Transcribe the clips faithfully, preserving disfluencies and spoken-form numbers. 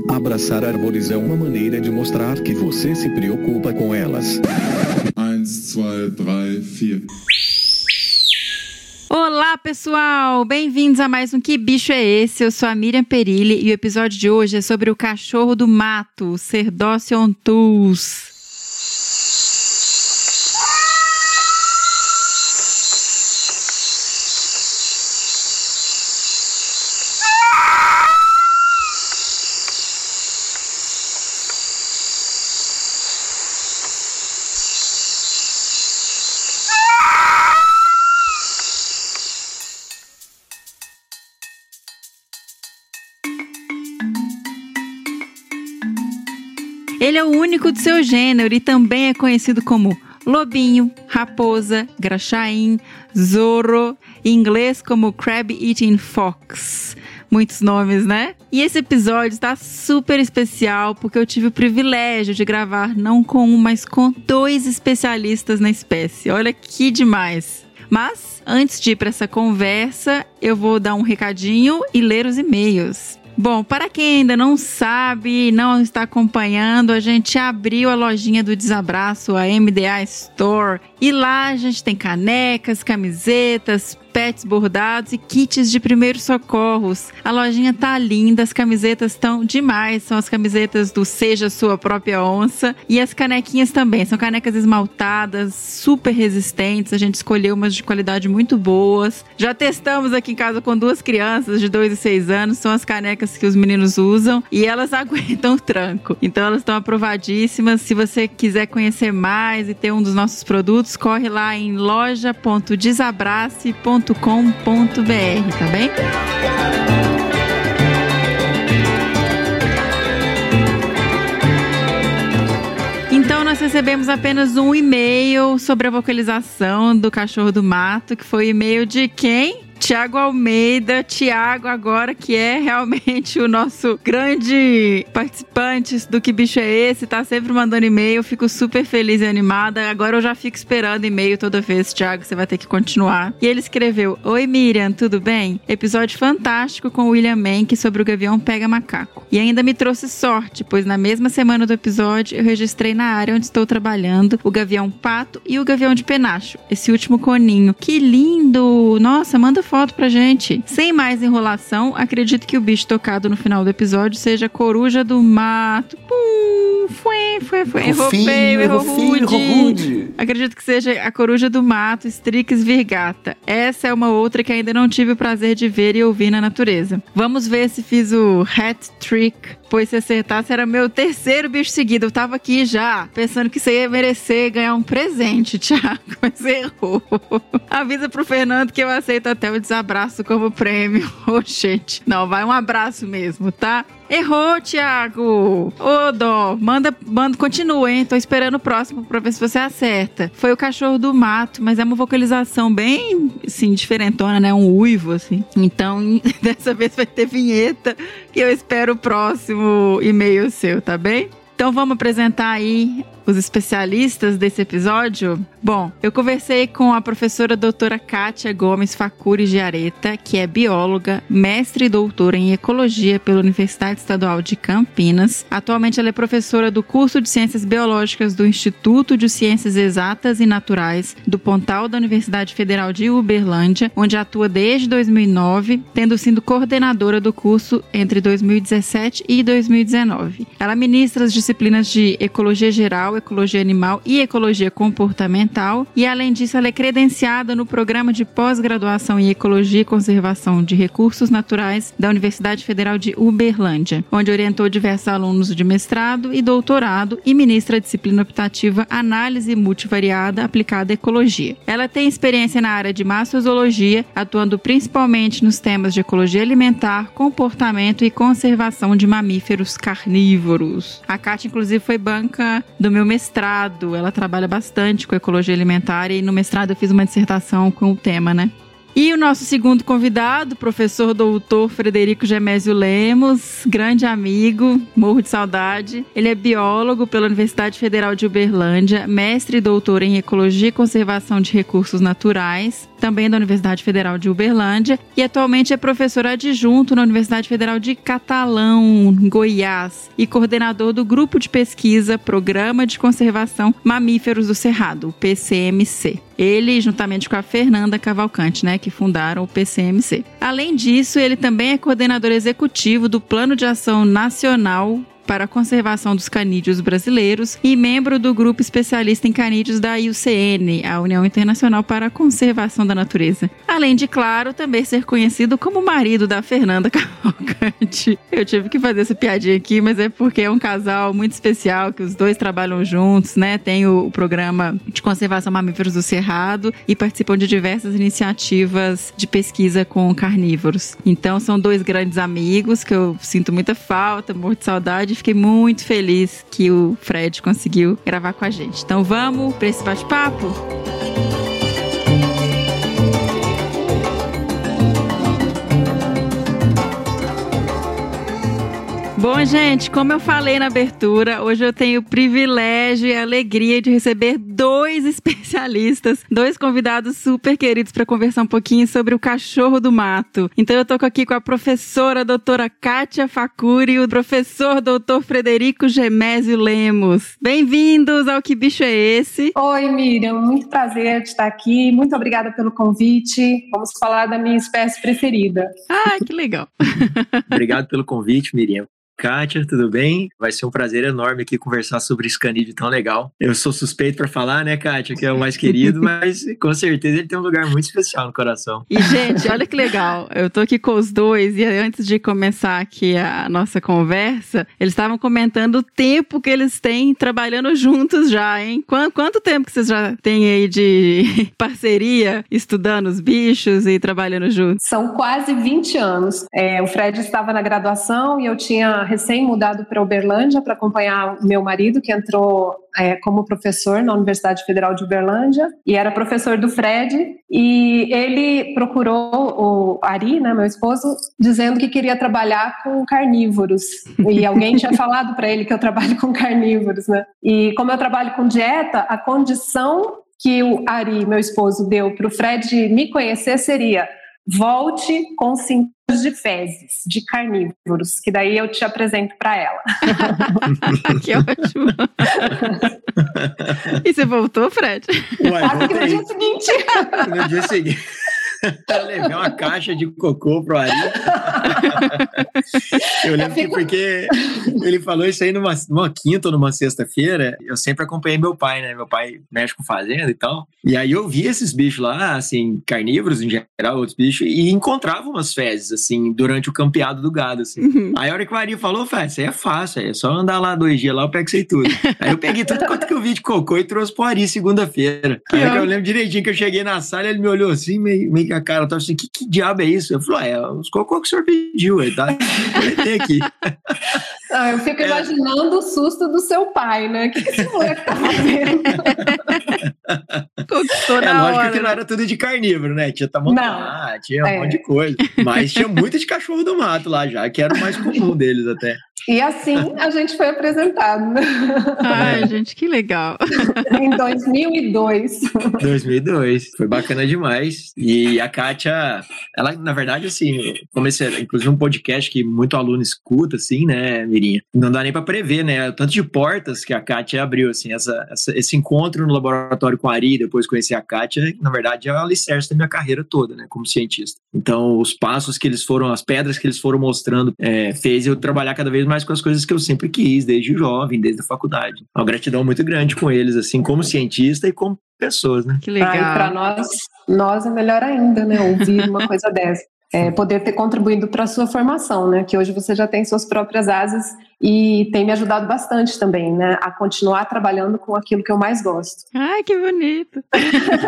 Abraçar árvores é uma maneira de mostrar que você se preocupa com elas. Um, dois, três, quatro. Olá, pessoal! Bem-vindos a mais um Que Bicho é Esse? Eu sou a Miriam Perilli e o episódio de hoje é sobre o cachorro do mato, o Cerdocyon-Tous. Ele é o único de seu gênero e também é conhecido como lobinho, raposa, graxaim, zorro, em inglês como crab eating fox. Muitos nomes, né? E esse episódio está super especial porque eu tive o privilégio de gravar não com um, mas com dois especialistas na espécie. Olha que demais! Mas, antes de ir para essa conversa, eu vou dar um recadinho e ler os e-mails. Bom, para quem ainda não sabe e não está acompanhando, a gente abriu a lojinha do Desabraço, a M D A Store, e lá a gente tem canecas, camisetas, pets bordados e kits de primeiros socorros. A lojinha tá linda, as camisetas estão demais, são as camisetas do Seja Sua Própria Onça, e as canequinhas também, são canecas esmaltadas, super resistentes, a gente escolheu umas de qualidade muito boas. Já testamos aqui em casa com duas crianças de dois e seis anos, são as canecas que os meninos usam e elas aguentam o tranco, então elas estão aprovadíssimas. Se você quiser conhecer mais e ter um dos nossos produtos, corre lá em loja ponto desabrace ponto com ponto b r, tá bem? Então nós recebemos apenas um e-mail sobre a vocalização do cachorro do mato, que foi o e-mail de quem? Tiago Almeida, Tiago agora que é realmente o nosso grande participante do Que Bicho é Esse, tá sempre mandando e-mail, fico super feliz e animada, agora eu já fico esperando e-mail toda vez, Tiago, você vai ter que continuar. E ele escreveu: Oi Miriam, tudo bem? Episódio fantástico com o William Menck sobre o Gavião Pega Macaco. E ainda me trouxe sorte, pois na mesma semana do episódio eu registrei na área onde estou trabalhando o Gavião Pato e o Gavião de Penacho, esse último coninho. Que lindo! Nossa, manda foto pra gente. Sem mais enrolação, acredito que o bicho tocado no final do episódio seja a coruja do mato. Pum, foi, foi, foi. Errou feio, errou rude. Acredito que seja a coruja do mato, Strix virgata. Essa é uma outra que ainda não tive o prazer de ver e ouvir na natureza. Vamos ver se fiz o hat trick, pois se acertasse era meu terceiro bicho seguido. Eu tava aqui já, pensando que você ia merecer ganhar um presente, Thiago, mas errou. Avisa pro Fernando que eu aceito até o desabraço como prêmio. Ô, gente, não, vai um abraço mesmo, tá? Errou, Thiago! Ô, dó, manda, manda, continua, hein? Tô esperando o próximo pra ver se você acerta. Foi o cachorro do mato, mas é uma vocalização bem, assim, diferentona, né? Um uivo, assim. Então, dessa vez vai ter vinheta, que eu espero o próximo e-mail seu, tá bem? Então vamos apresentar aí os especialistas desse episódio. Bom, eu conversei com a professora doutora Kátia Gomes Facuri Giareta, que é bióloga, mestre e doutora em ecologia pela Universidade Estadual de Campinas. Atualmente ela é professora do curso de Ciências Biológicas do Instituto de Ciências Exatas e Naturais do Pontal da Universidade Federal de Uberlândia, onde atua desde dois mil e nove, tendo sido coordenadora do curso entre dois mil e dezessete e dois mil e dezenove. Ela ministra as disciplinas de Ecologia Geral, Ecologia Animal e Ecologia Comportamental, e além disso ela é credenciada no programa de pós-graduação em Ecologia e Conservação de Recursos Naturais da Universidade Federal de Uberlândia, onde orientou diversos alunos de mestrado e doutorado e ministra a disciplina optativa Análise Multivariada aplicada à Ecologia. Ela tem experiência na área de massozoologia, atuando principalmente nos temas de ecologia alimentar, comportamento e conservação de mamíferos carnívoros. A Kátia, inclusive, foi banca do meu mestrado, ela trabalha bastante com ecologia alimentar e no mestrado eu fiz uma dissertação com o tema, né? E o nosso segundo convidado, professor doutor Frederico Gemésio Lemos, grande amigo, morro de saudade. Ele é biólogo pela Universidade Federal de Uberlândia, mestre e doutor em Ecologia e Conservação de Recursos Naturais, também da Universidade Federal de Uberlândia, e atualmente é professor adjunto na Universidade Federal de Catalão, Goiás, e coordenador do Grupo de Pesquisa Programa de Conservação Mamíferos do Cerrado, o P C M C. Ele, juntamente com a Fernanda Cavalcante, né, que fundaram o P C M C. Além disso, ele também é coordenador executivo do Plano de Ação Nacional para a Conservação dos Canídeos Brasileiros e membro do Grupo Especialista em Canídeos da I U C N, a União Internacional para a Conservação da Natureza. Além de, claro, também ser conhecido como marido da Fernanda Cavalcante. Eu tive que fazer essa piadinha aqui, mas é porque é um casal muito especial, que os dois trabalham juntos, né? Tem o programa de conservação mamíferos do Cerrado e participam de diversas iniciativas de pesquisa com carnívoros. Então, são dois grandes amigos que eu sinto muita falta, morro de saudade. Fiquei muito feliz que o Fred conseguiu gravar com a gente. Então vamos para esse bate-papo? Bom, gente, como eu falei na abertura, hoje eu tenho o privilégio e a alegria de receber dois especialistas, dois convidados super queridos para conversar um pouquinho sobre o cachorro do mato. Então eu tô aqui com a professora doutora Kátia Facuri e o professor doutor Frederico Gemésio Lemos. Bem-vindos ao Que Bicho é Esse? Oi, Miriam, muito prazer de estar aqui, muito obrigada pelo convite. Vamos falar da minha espécie preferida. Ah, que legal. Obrigado pelo convite, Miriam. Kátia, tudo bem? Vai ser um prazer enorme aqui conversar sobre esse canídeo tão legal. Eu sou suspeito para falar, né, Kátia, que é o mais querido, mas com certeza ele tem um lugar muito especial no coração. E, gente, olha que legal. Eu tô aqui com os dois e antes de começar aqui a nossa conversa, eles estavam comentando o tempo que eles têm trabalhando juntos já, hein? Quanto, quanto tempo que vocês já têm aí de parceria, estudando os bichos e trabalhando juntos? São quase vinte anos. É, o Fred estava na graduação e eu tinha recém mudado para Uberlândia para acompanhar o meu marido, que entrou é, como professor na Universidade Federal de Uberlândia e era professor do Fred, e ele procurou o Ari, né, meu esposo, dizendo que queria trabalhar com carnívoros, e alguém tinha falado para ele que eu trabalho com carnívoros, né? E como eu trabalho com dieta, a condição que o Ari, meu esposo, deu para o Fred me conhecer seria: volte com cinco de fezes, de carnívoros, que daí eu te apresento para ela. Que ótimo. E você voltou, Fred? Ué, Quase que no dia seguinte. No dia seguinte. Eu levei uma caixa de cocô pro Ari. Eu lembro que porque ele falou isso aí numa, numa quinta ou numa sexta-feira. Eu sempre acompanhei meu pai, né? Meu pai mexe com fazenda e tal. E aí eu vi esses bichos lá, assim, carnívoros em geral, outros bichos, e encontrava umas fezes, assim, durante o campeado do gado, assim. Uhum. Aí a hora que o Ari falou, Fred, isso aí é fácil, é só andar lá dois dias lá, eu pego isso aí tudo. Aí eu peguei tudo quanto que eu vi de cocô e trouxe pro Ari segunda-feira. Aí eu lembro direitinho que eu cheguei na sala, ele me olhou assim, meio, meio que a cara, eu tava assim, que, que diabo é isso? Eu falei, é, os cocô que o senhor pediu, aí, tá? Eu tenho aqui. Ah, eu fico é. imaginando o susto do seu pai, né? O que, que esse moleque tá fazendo? É lógico hora, que não era tudo de carnívoro, né? Tinha tamanduá, tinha um é. monte de coisa. Mas tinha muito de cachorro do mato lá já, que era o mais comum deles até. E assim a gente foi apresentado. Ai, é. gente, que legal. Em dois mil e dois. dois mil e dois. Foi bacana demais. E a Kátia, ela, na verdade, assim, comecei, inclusive um podcast que muito aluno escuta, assim, né, Mirinha? Não dá nem pra prever, né? O tanto de portas que a Kátia abriu, assim, essa, essa, esse encontro no laboratório com a Ari, depois conhecer a Kátia, na verdade, é o alicerce da minha carreira toda, né, como cientista. Então, os passos que eles foram, as pedras que eles foram mostrando, é, fez eu trabalhar cada vez mais com as coisas que eu sempre quis, desde jovem, desde a faculdade. Uma gratidão muito grande com eles, assim, como cientista e como pessoas, né? Que legal. Ah, para nós, nós é melhor ainda, né, ouvir uma coisa dessa. É, poder ter contribuído para a sua formação, né? Que hoje você já tem suas próprias asas e tem me ajudado bastante também, né? A continuar trabalhando com aquilo que eu mais gosto. Ai, que bonito!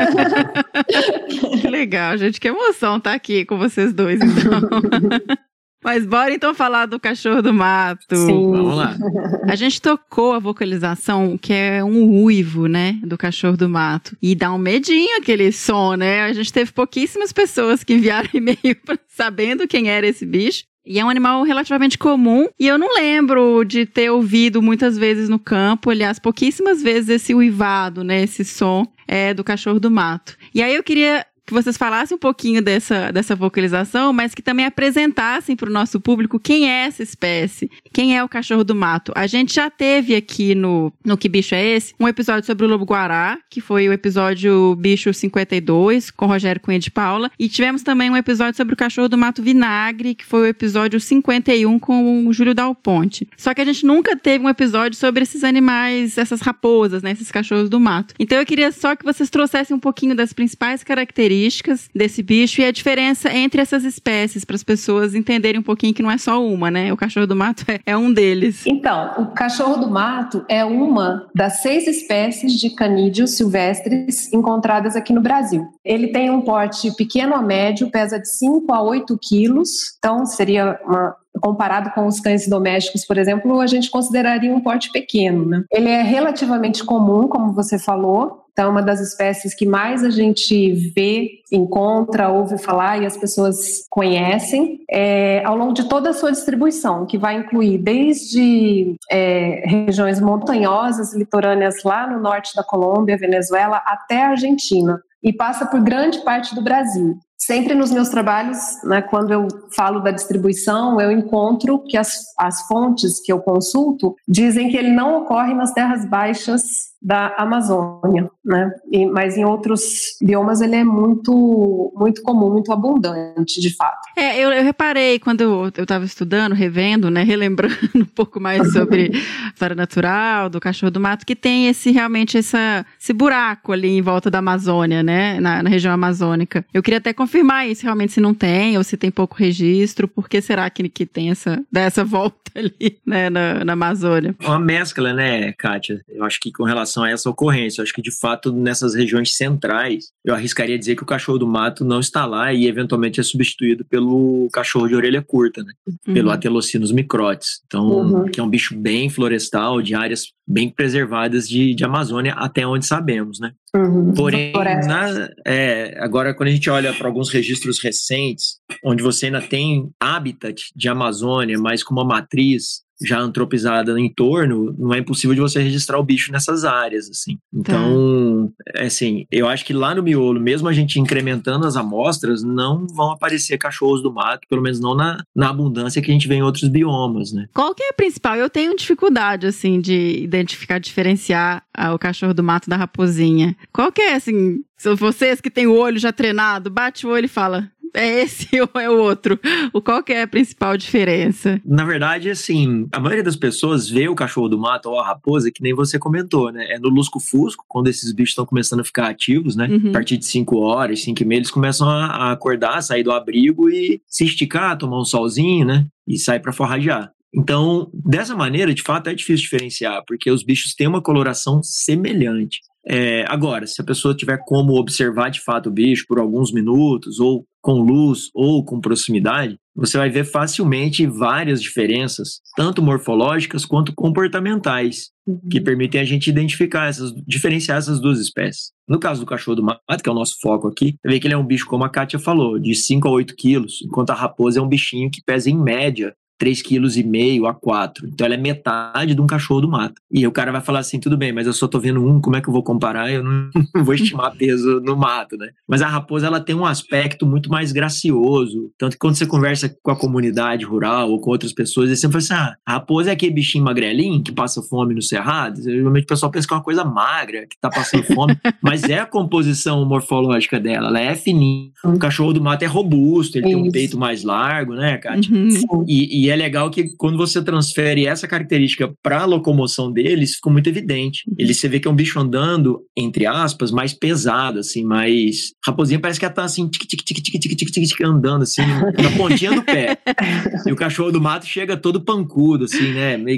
Que legal, gente. Que emoção estar aqui com vocês dois, então. Mas bora então falar do cachorro do mato. Sim. Vamos lá. A gente tocou a vocalização, que é um uivo, né, do cachorro do mato. E dá um medinho aquele som, né? A gente teve pouquíssimas pessoas que enviaram e-mail sabendo quem era esse bicho. E é um animal relativamente comum, e eu não lembro de ter ouvido muitas vezes no campo, aliás, pouquíssimas vezes esse uivado, né, esse som é, do cachorro do mato. E aí eu queria que vocês falassem um pouquinho dessa, dessa vocalização, mas que também apresentassem para o nosso público quem é essa espécie, quem é o cachorro do mato. A gente já teve aqui no, no Que Bicho é Esse? Um episódio sobre o lobo-guará, que foi o episódio Bicho cinquenta e dois, com Rogério Cunha de Paula, e tivemos também um episódio sobre o cachorro do mato vinagre, que foi o episódio cinquenta e um com o Júlio Dal Ponte. Só que a gente nunca teve um episódio sobre esses animais, essas raposas, né, esses cachorros do mato. Então eu queria só que vocês trouxessem um pouquinho das principais características desse bicho e a diferença entre essas espécies, para as pessoas entenderem um pouquinho que não é só uma, né? O cachorro do mato é, é um deles. Então, o cachorro do mato é uma das seis espécies de canídeos silvestres encontradas aqui no Brasil. Ele tem um porte pequeno a médio, pesa de cinco a oito quilos, então seria uma... Comparado com os cães domésticos, por exemplo, a gente consideraria um porte pequeno, né? Ele é relativamente comum, como você falou, então é uma das espécies que mais a gente vê, encontra, ouve falar e as pessoas conhecem é, ao longo de toda a sua distribuição, que vai incluir desde é, regiões montanhosas, litorâneas lá no norte da Colômbia, Venezuela, até a Argentina, e passa por grande parte do Brasil. Sempre nos meus trabalhos, né, quando eu falo da distribuição, eu encontro que as, as fontes que eu consulto dizem que ele não ocorre nas terras baixas da Amazônia, né? E, mas em outros biomas ele é muito, muito comum, muito abundante, de fato. É, eu, eu reparei quando eu estava estudando, revendo, né, relembrando um pouco mais sobre a história natural do cachorro do mato, que tem esse realmente essa, esse buraco ali em volta da Amazônia, né, na, na região amazônica. Eu queria até confirmar isso, realmente, se não tem, ou se tem pouco registro, por que será que, que tem essa, dá essa volta ali, né, na, na Amazônia? Uma mescla, né, Kátia? Eu acho que com relação a essa ocorrência, eu acho que de fato nessas regiões centrais, eu arriscaria dizer que o cachorro do mato não está lá e eventualmente é substituído pelo cachorro de orelha curta, né? Uhum. Pelo Atelocinus microtes. Então, uhum. que é um bicho bem florestal, de áreas bem preservadas de, de Amazônia, até onde sabemos, né? Uhum. Porém, na, é, agora quando a gente olha para alguns registros recentes, onde você ainda tem habitat de Amazônia, mas com uma matriz já antropizada no entorno, não é impossível de você registrar o bicho nessas áreas, assim. Então, tá. assim, eu acho que lá no miolo, mesmo a gente incrementando as amostras, não vão aparecer cachorros do mato, pelo menos não na, na abundância que a gente vê em outros biomas, né? Qual que é a principal? Eu tenho dificuldade, assim, de identificar, diferenciar ah, o cachorro do mato da raposinha. Qual que é, assim, vocês que têm o olho já treinado, bate o olho e fala... É esse ou é o outro? O qual que é a principal diferença? Na verdade, assim, a maioria das pessoas vê o cachorro do mato ou a raposa, que nem você comentou, né? É no lusco-fusco, quando esses bichos estão começando a ficar ativos, né? Uhum. A partir de cinco horas, cinco e meia, eles começam a acordar, sair do abrigo e se esticar, tomar um solzinho, né? E sair para forragear. Então, dessa maneira, de fato, é difícil diferenciar, porque os bichos têm uma coloração semelhante. É, agora, se a pessoa tiver como observar de fato o bicho por alguns minutos, ou com luz, ou com proximidade, você vai ver facilmente várias diferenças, tanto morfológicas quanto comportamentais, uhum. que permitem a gente identificar, essas, diferenciar essas duas espécies. No caso do cachorro do mato, que é o nosso foco aqui, você vê que ele é um bicho, como a Kátia falou, de cinco a oito quilos, enquanto a raposa é um bichinho que pesa em média três vírgula cinco quilos a quatro. Então ela é metade de um cachorro do mato. E o cara vai falar assim, tudo bem, mas eu só tô vendo um, como é que eu vou comparar? Eu não vou estimar peso no mato, né? Mas a raposa, ela tem um aspecto muito mais gracioso. Tanto que quando você conversa com a comunidade rural ou com outras pessoas, eles sempre falam assim, ah, a raposa é aquele bichinho magrelinho que passa fome no cerrado. Geralmente o pessoal pensa que é uma coisa magra, que tá passando fome. Mas é a composição morfológica dela. Ela é fininha. O cachorro do mato é robusto, ele Isso. tem um peito mais largo, né, Kátia? Uhum. E, e é legal que quando você transfere essa característica para a locomoção deles, ficou muito evidente. Ele, você vê que é um bicho andando, entre aspas, mais pesado, assim, mais... Raposinha parece que ela tá assim, tic, tic, tic, tic, tic, tic, tic, andando, assim, na pontinha do pé. E o cachorro do mato chega todo pancudo, assim, né? Meio que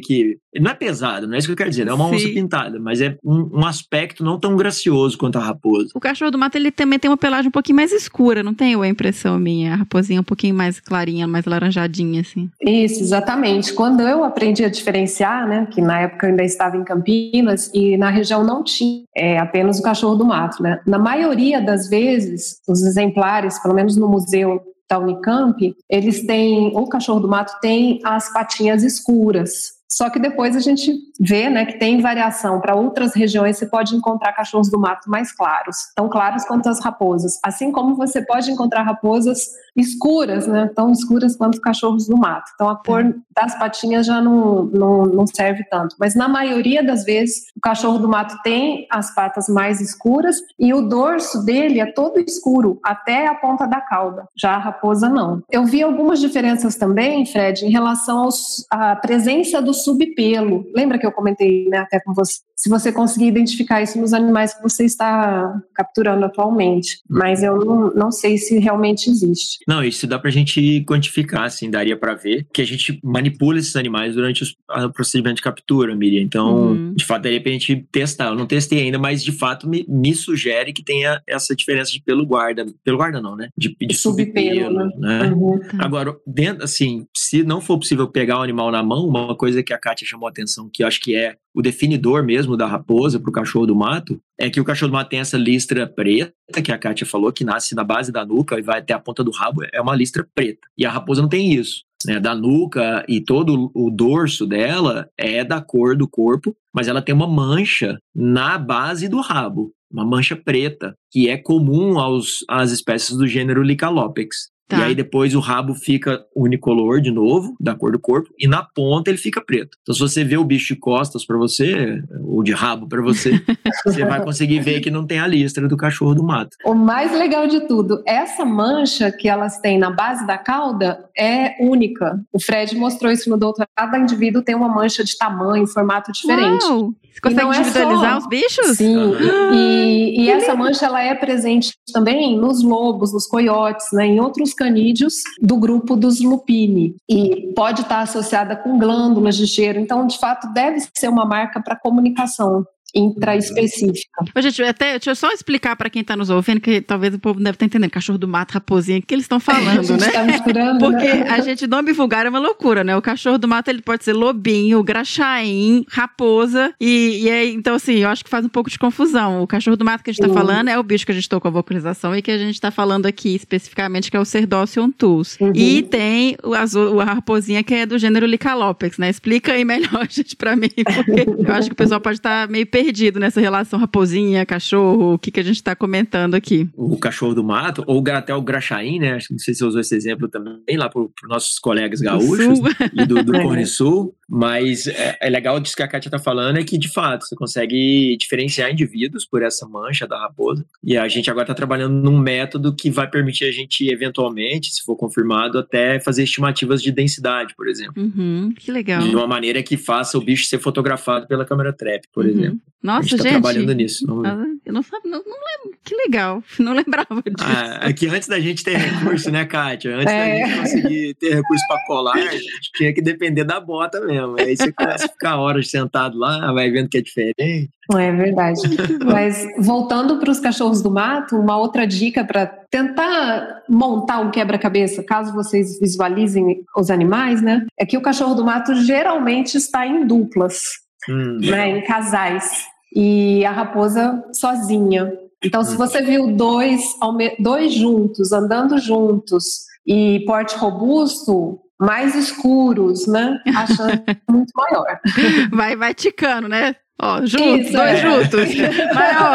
Não é pesado, não é isso que eu quero dizer, não é uma Sim. onça pintada, mas é um, um aspecto não tão gracioso quanto a raposa. O cachorro do mato, ele também tem uma pelagem um pouquinho mais escura, não tem? Ou é impressão minha? A raposinha um pouquinho mais clarinha, mais laranjadinha, assim. Isso, exatamente. Quando eu aprendi a diferenciar, né, que na época eu ainda estava em Campinas e na região não tinha é, apenas o cachorro do mato, né? Na maioria das vezes, os exemplares, pelo menos no museu da Unicamp, eles têm, o cachorro do mato tem as patinhas escuras. Só que depois a gente vê, né, que tem variação. Para outras regiões você pode encontrar cachorros do mato mais claros, tão claros quanto as raposas. Assim como você pode encontrar raposas escuras, né, tão escuras quanto os cachorros do mato. Então a cor das patinhas já não, não, não serve tanto. Mas na maioria das vezes o cachorro do mato tem as patas mais escuras e o dorso dele é todo escuro, até a ponta da cauda. Já a raposa não. Eu vi algumas diferenças também, Fred, em relação aos, à presença do subpelo. Lembra que eu comentei, né, até com você? Se você conseguir identificar isso nos animais que você está capturando atualmente. Mas eu não, não sei se realmente existe. Não, isso dá pra gente quantificar, assim, daria pra ver que a gente manipula esses animais durante os, o procedimento de captura, Miriam. Então, uhum. de fato, daria pra gente testar. Eu não testei ainda, mas de fato me, me sugere que tenha essa diferença de pelo guarda. Pelo guarda não, né? De, de subpelo, subpelo, né? né? Uhum. Agora, dentro, assim, se não for possível pegar o animal na mão, uma coisa que a Kátia chamou a atenção, que eu acho que é o definidor mesmo da raposa para o cachorro do mato, é que o cachorro do mato tem essa listra preta, que a Kátia falou, que nasce na base da nuca e vai até a ponta do rabo, é uma listra preta. E a raposa não tem isso, né? Da nuca e todo o dorso dela é da cor do corpo, mas ela tem uma mancha na base do rabo, uma mancha preta, que é comum aos, às espécies do gênero Licalopex. Tá. E aí depois o rabo fica unicolor de novo, da cor do corpo, e na ponta ele fica preto. Então se você vê o bicho de costas pra você, ou de rabo pra você, você vai conseguir ver que não tem a listra do cachorro do mato. O mais legal de tudo, essa mancha que elas têm na base da cauda é única. O Fred mostrou isso no doutorado, cada indivíduo tem uma mancha de tamanho, formato diferente. Uau! Você consegue individualizar é só... os bichos? Sim, uhum. e, e essa mancha ela é presente também nos lobos, nos coiotes, né, em outros canídeos do grupo dos lupini. E pode estar associada com glândulas de cheiro. Então, de fato, deve ser uma marca para comunicação intraespecífica. Ô, gente, até, deixa eu só explicar para quem está nos ouvindo, que talvez o povo não deve estar entendendo, cachorro do mato, raposinha, o que eles estão falando, a gente né? Tá misturando, porque né? a gente, nome vulgar é uma loucura, né? O cachorro do mato, ele pode ser lobinho, graxaim, raposa, e, e aí, então assim, eu acho que faz um pouco de confusão. O cachorro do mato que a gente está uhum. falando é o bicho que a gente tocou a vocalização e que a gente está falando aqui especificamente, que é o Cerdócion tus. Uhum. E tem o azul, a raposinha que é do gênero Licalopex, né? Explica aí melhor, gente, para mim, porque eu acho que o pessoal pode estar meio perdido perdido nessa relação raposinha, cachorro, o que, que a gente está comentando aqui. O cachorro do mato, ou até o graxaim, né? Não sei se você usou esse exemplo também lá para os nossos colegas gaúchos e do, do Cone Sul, mas é, é legal disso que a Kátia está falando, é que de fato você consegue diferenciar indivíduos por essa mancha da raposa, e a gente agora está trabalhando num método que vai permitir a gente eventualmente, se for confirmado, até fazer estimativas de densidade, por exemplo. Uhum, que legal. De uma maneira que faça o bicho ser fotografado pela câmera trap, por uhum. exemplo. Nossa, a gente tá gente, trabalhando nisso. Não... eu não sabia, não, não lembro. Que legal, não lembrava disso. Ah, é que antes da gente ter recurso, né, Kátia? Antes é. da gente conseguir ter recurso para colar, a gente tinha que depender da bota mesmo. Aí você começa a ficar horas sentado lá, vai vendo que é diferente. É verdade. Mas voltando para os cachorros do mato, uma outra dica para tentar montar um quebra-cabeça, caso vocês visualizem os animais, né? É que o cachorro do mato geralmente está em duplas, hum. né, em casais. E a raposa sozinha. Então, se você viu dois, dois juntos, andando juntos, e porte robusto, mais escuros, né? A chance é muito maior. Vai, vai ticando, né? Ó, juntos, Isso, dois é. juntos. Maior.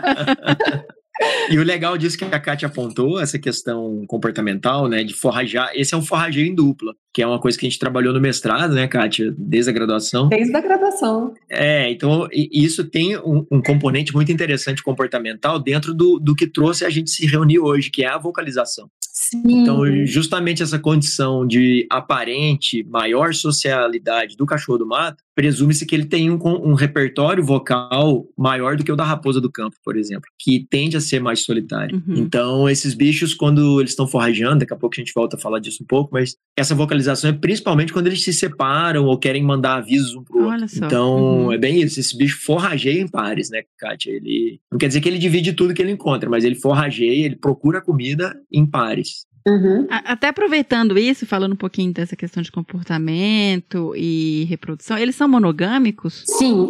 E o legal disso que a Kátia apontou, essa questão comportamental, né, de forragear, esse é um forrageio em dupla, que é uma coisa que a gente trabalhou no mestrado, né, Kátia, desde a graduação. Desde a graduação. É, então isso tem um, um componente muito interessante comportamental dentro do, do que trouxe a gente se reunir hoje, que é a vocalização. Sim. Então, justamente essa condição de aparente maior socialidade do cachorro do mato presume-se que ele tem um, um repertório vocal maior do que o da raposa do campo, por exemplo, que tende a ser mais solitário. Uhum. Então, esses bichos, quando eles estão forrageando, daqui a pouco a gente volta a falar disso um pouco, mas essa vocalização é principalmente quando eles se separam ou querem mandar avisos um pro Olha outro. só. Então, Uhum. é bem isso. Esse bicho forrageia em pares, né, Kátia? Ele não quer dizer que ele divide tudo que ele encontra, mas ele forrageia, ele procura comida em pares. Uhum. A- Até aproveitando isso, falando um pouquinho dessa questão de comportamento e reprodução, eles são monogâmicos? Sim.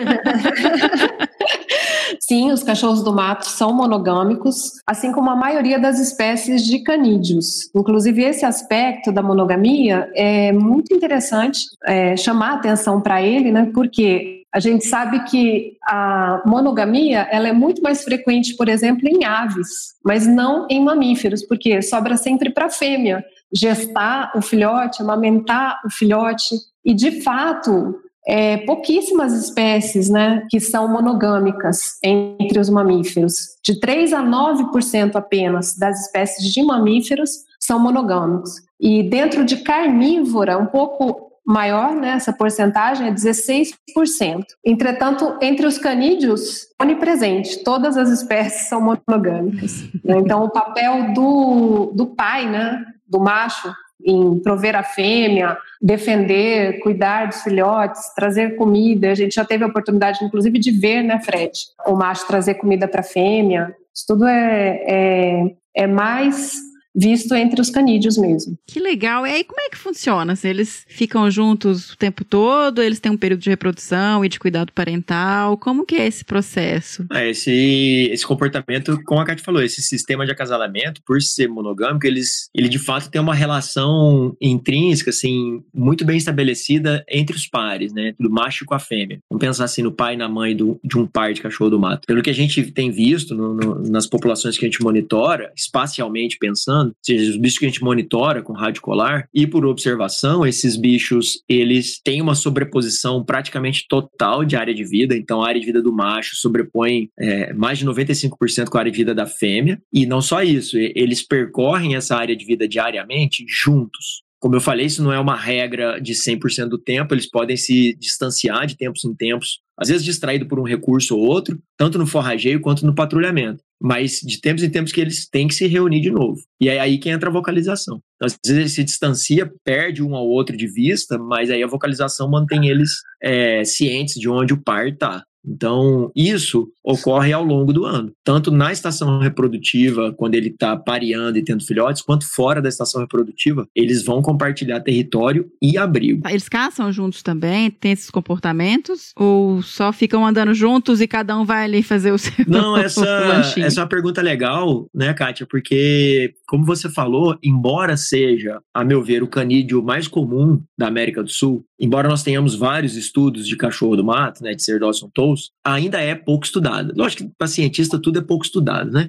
Sim, os cachorros do mato são monogâmicos, assim como a maioria das espécies de canídeos. Inclusive, esse aspecto da monogamia é muito interessante é, chamar a atenção para ele, né? Porque a gente sabe que a monogamia ela é muito mais frequente, por exemplo, em aves, mas não em mamíferos, porque sobra sempre para a fêmea gestar o filhote, amamentar o filhote, e de fato é, pouquíssimas espécies, né, que são monogâmicas entre os mamíferos. De três a nove por cento apenas das espécies de mamíferos são monogâmicos. E dentro de carnívora, um pouco maior, né, essa porcentagem é dezesseis por cento. Entretanto, entre os canídeos, onipresente, todas as espécies são monogâmicas. Então, o papel do, do pai, né, do macho, em prover a fêmea, defender, cuidar dos filhotes, trazer comida. A gente já teve a oportunidade, inclusive, de ver, né, Fred, o macho trazer comida para a fêmea. Isso tudo é, é, é mais visto entre os canídeos mesmo. Que legal. E aí, como é que funciona? Se eles ficam juntos o tempo todo, eles têm um período de reprodução e de cuidado parental, como que é esse processo? É, esse, esse comportamento, como a Kátia falou, esse sistema de acasalamento, por ser monogâmico, eles, ele de fato tem uma relação intrínseca, assim, muito bem estabelecida entre os pares, né, do macho com a fêmea. Vamos pensar assim no pai e na mãe do, de um par de cachorro do mato. Pelo que a gente tem visto no, no, nas populações que a gente monitora, espacialmente pensando, ou seja, os bichos que a gente monitora com rádio colar e por observação, esses bichos, eles têm uma sobreposição praticamente total de área de vida. Então, a área de vida do macho sobrepõe é, mais de noventa e cinco por cento com a área de vida da fêmea. E não só isso, eles percorrem essa área de vida diariamente juntos. Como eu falei, isso não é uma regra de cem por cento do tempo, eles podem se distanciar de tempos em tempos, às vezes distraído por um recurso ou outro, tanto no forrageio quanto no patrulhamento. Mas de tempos em tempos que eles têm que se reunir de novo. E é aí que entra a vocalização. Então, às vezes ele se distancia, perde um ao outro de vista, mas aí a vocalização mantém eles é, cientes de onde o par está. Então, isso ocorre ao longo do ano, tanto na estação reprodutiva, quando ele está pareando e tendo filhotes, quanto fora da estação reprodutiva, eles vão compartilhar território e abrigo. Eles caçam juntos também? Tem esses comportamentos? Ou só ficam andando juntos e cada um vai ali fazer o seu Não, essa, lanchinho? essa é uma pergunta legal, né, Kátia? Porque, como você falou, embora seja, a meu ver, o canídeo mais comum da América do Sul, embora nós tenhamos vários estudos de cachorro do mato, né, de Ser Dawson Toes, ainda é pouco estudado. Lógico que para cientista tudo é pouco estudado, né?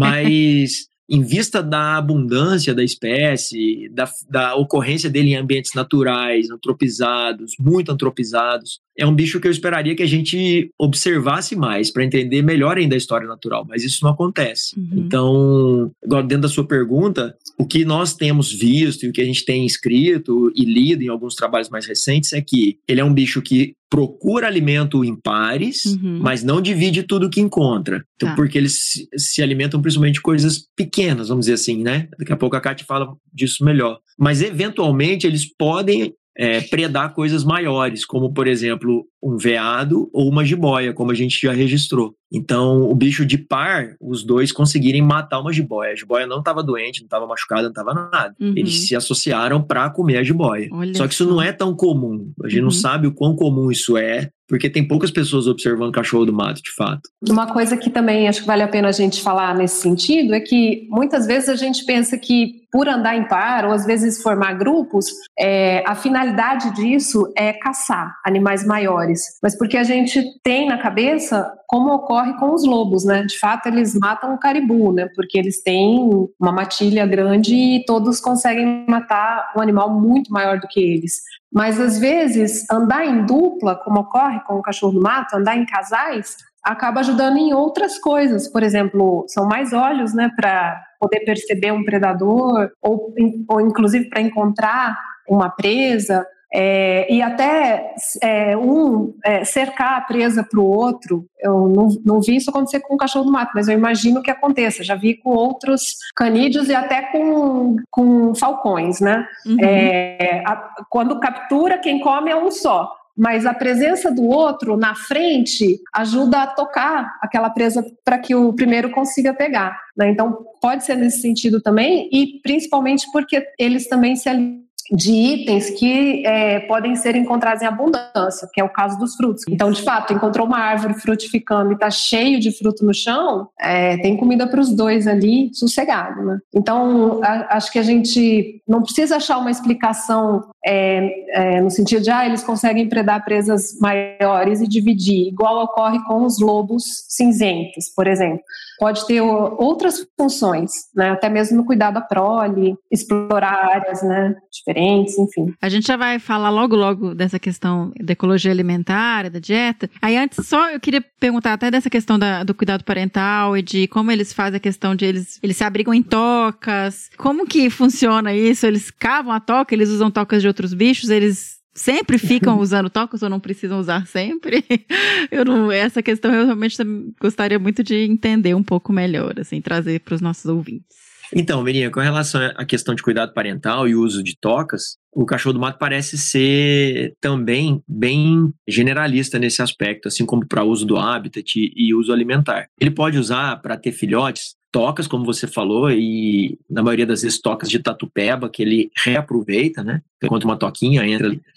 Mas em vista da abundância da espécie, da, da ocorrência dele em ambientes naturais, antropizados, muito antropizados, é um bicho que eu esperaria que a gente observasse mais para entender melhor ainda a história natural, mas isso não acontece. Uhum. Então, agora dentro da sua pergunta, o que nós temos visto e o que a gente tem escrito e lido em alguns trabalhos mais recentes é que ele é um bicho que procura alimento em pares, Uhum. mas não divide tudo que encontra. Então, Tá. porque eles se, se alimentam principalmente de coisas pequenas, vamos dizer assim, né? Daqui a pouco a Kátia fala disso melhor. Mas, eventualmente, eles podem é, predar coisas maiores, como, por exemplo, um veado ou uma jiboia, como a gente já registrou. Então, o bicho de par, os dois conseguirem matar uma jiboia. A jiboia não estava doente, não estava machucada, não estava nada. Uhum. Eles se associaram para comer a jiboia. Olha Só que isso só. não é tão comum. A gente Uhum. não sabe o quão comum isso é, porque tem poucas pessoas observando cachorro do mato, de fato. Uma coisa que também acho que vale a pena a gente falar nesse sentido é que muitas vezes a gente pensa que por andar em par ou às vezes formar grupos, é, a finalidade disso é caçar animais maiores. Mas porque a gente tem na cabeça como ocorre com os lobos, né? De fato, eles matam o caribu, né? Porque eles têm uma matilha grande e todos conseguem matar um animal muito maior do que eles. Mas, às vezes, andar em dupla, como ocorre com o cachorro do mato, andar em casais, acaba ajudando em outras coisas. Por exemplo, são mais olhos, né, para poder perceber um predador, ou, ou inclusive para encontrar uma presa. É, e até é, um é, cercar a presa para o outro, eu não, não vi isso acontecer com o cachorro do mato, mas eu imagino que aconteça, já vi com outros canídeos e até com, com falcões, né? Uhum. É, a, quando captura, quem come é um só, mas a presença do outro na frente ajuda a tocar aquela presa para que o primeiro consiga pegar, né? Então pode ser nesse sentido também, e principalmente porque eles também se alimentam de itens que é, podem ser encontrados em abundância, que é o caso dos frutos. Então, de fato, encontrou uma árvore frutificando e está cheio de fruto no chão, é, tem comida para os dois ali, sossegado, né? Então, a, acho que a gente não precisa achar uma explicação é, é, no sentido de, ah, eles conseguem predar presas maiores e dividir, igual ocorre com os lobos cinzentos, por exemplo. Pode ter outras funções, né? Até mesmo no cuidado da prole, explorar áreas, né, diferentes, enfim. A gente já vai falar logo, logo dessa questão da ecologia alimentar, da dieta. Aí antes só eu queria perguntar até dessa questão da, do cuidado parental e de como eles fazem a questão de eles, eles se abrigam em tocas. Como que funciona isso? Eles cavam a toca, eles usam tocas de outros bichos, eles sempre ficam usando tocas ou não precisam usar sempre? Eu não, essa questão eu realmente gostaria muito de entender um pouco melhor, assim, trazer para os nossos ouvintes. Então, Miriam, com relação à questão de cuidado parental e uso de tocas, o cachorro do mato parece ser também bem generalista nesse aspecto, assim como para uso do habitat e uso alimentar. Ele pode usar para ter filhotes tocas, como você falou, e na maioria das vezes tocas de tatupeba, que ele reaproveita, né? Enquanto uma toquinha entra ali.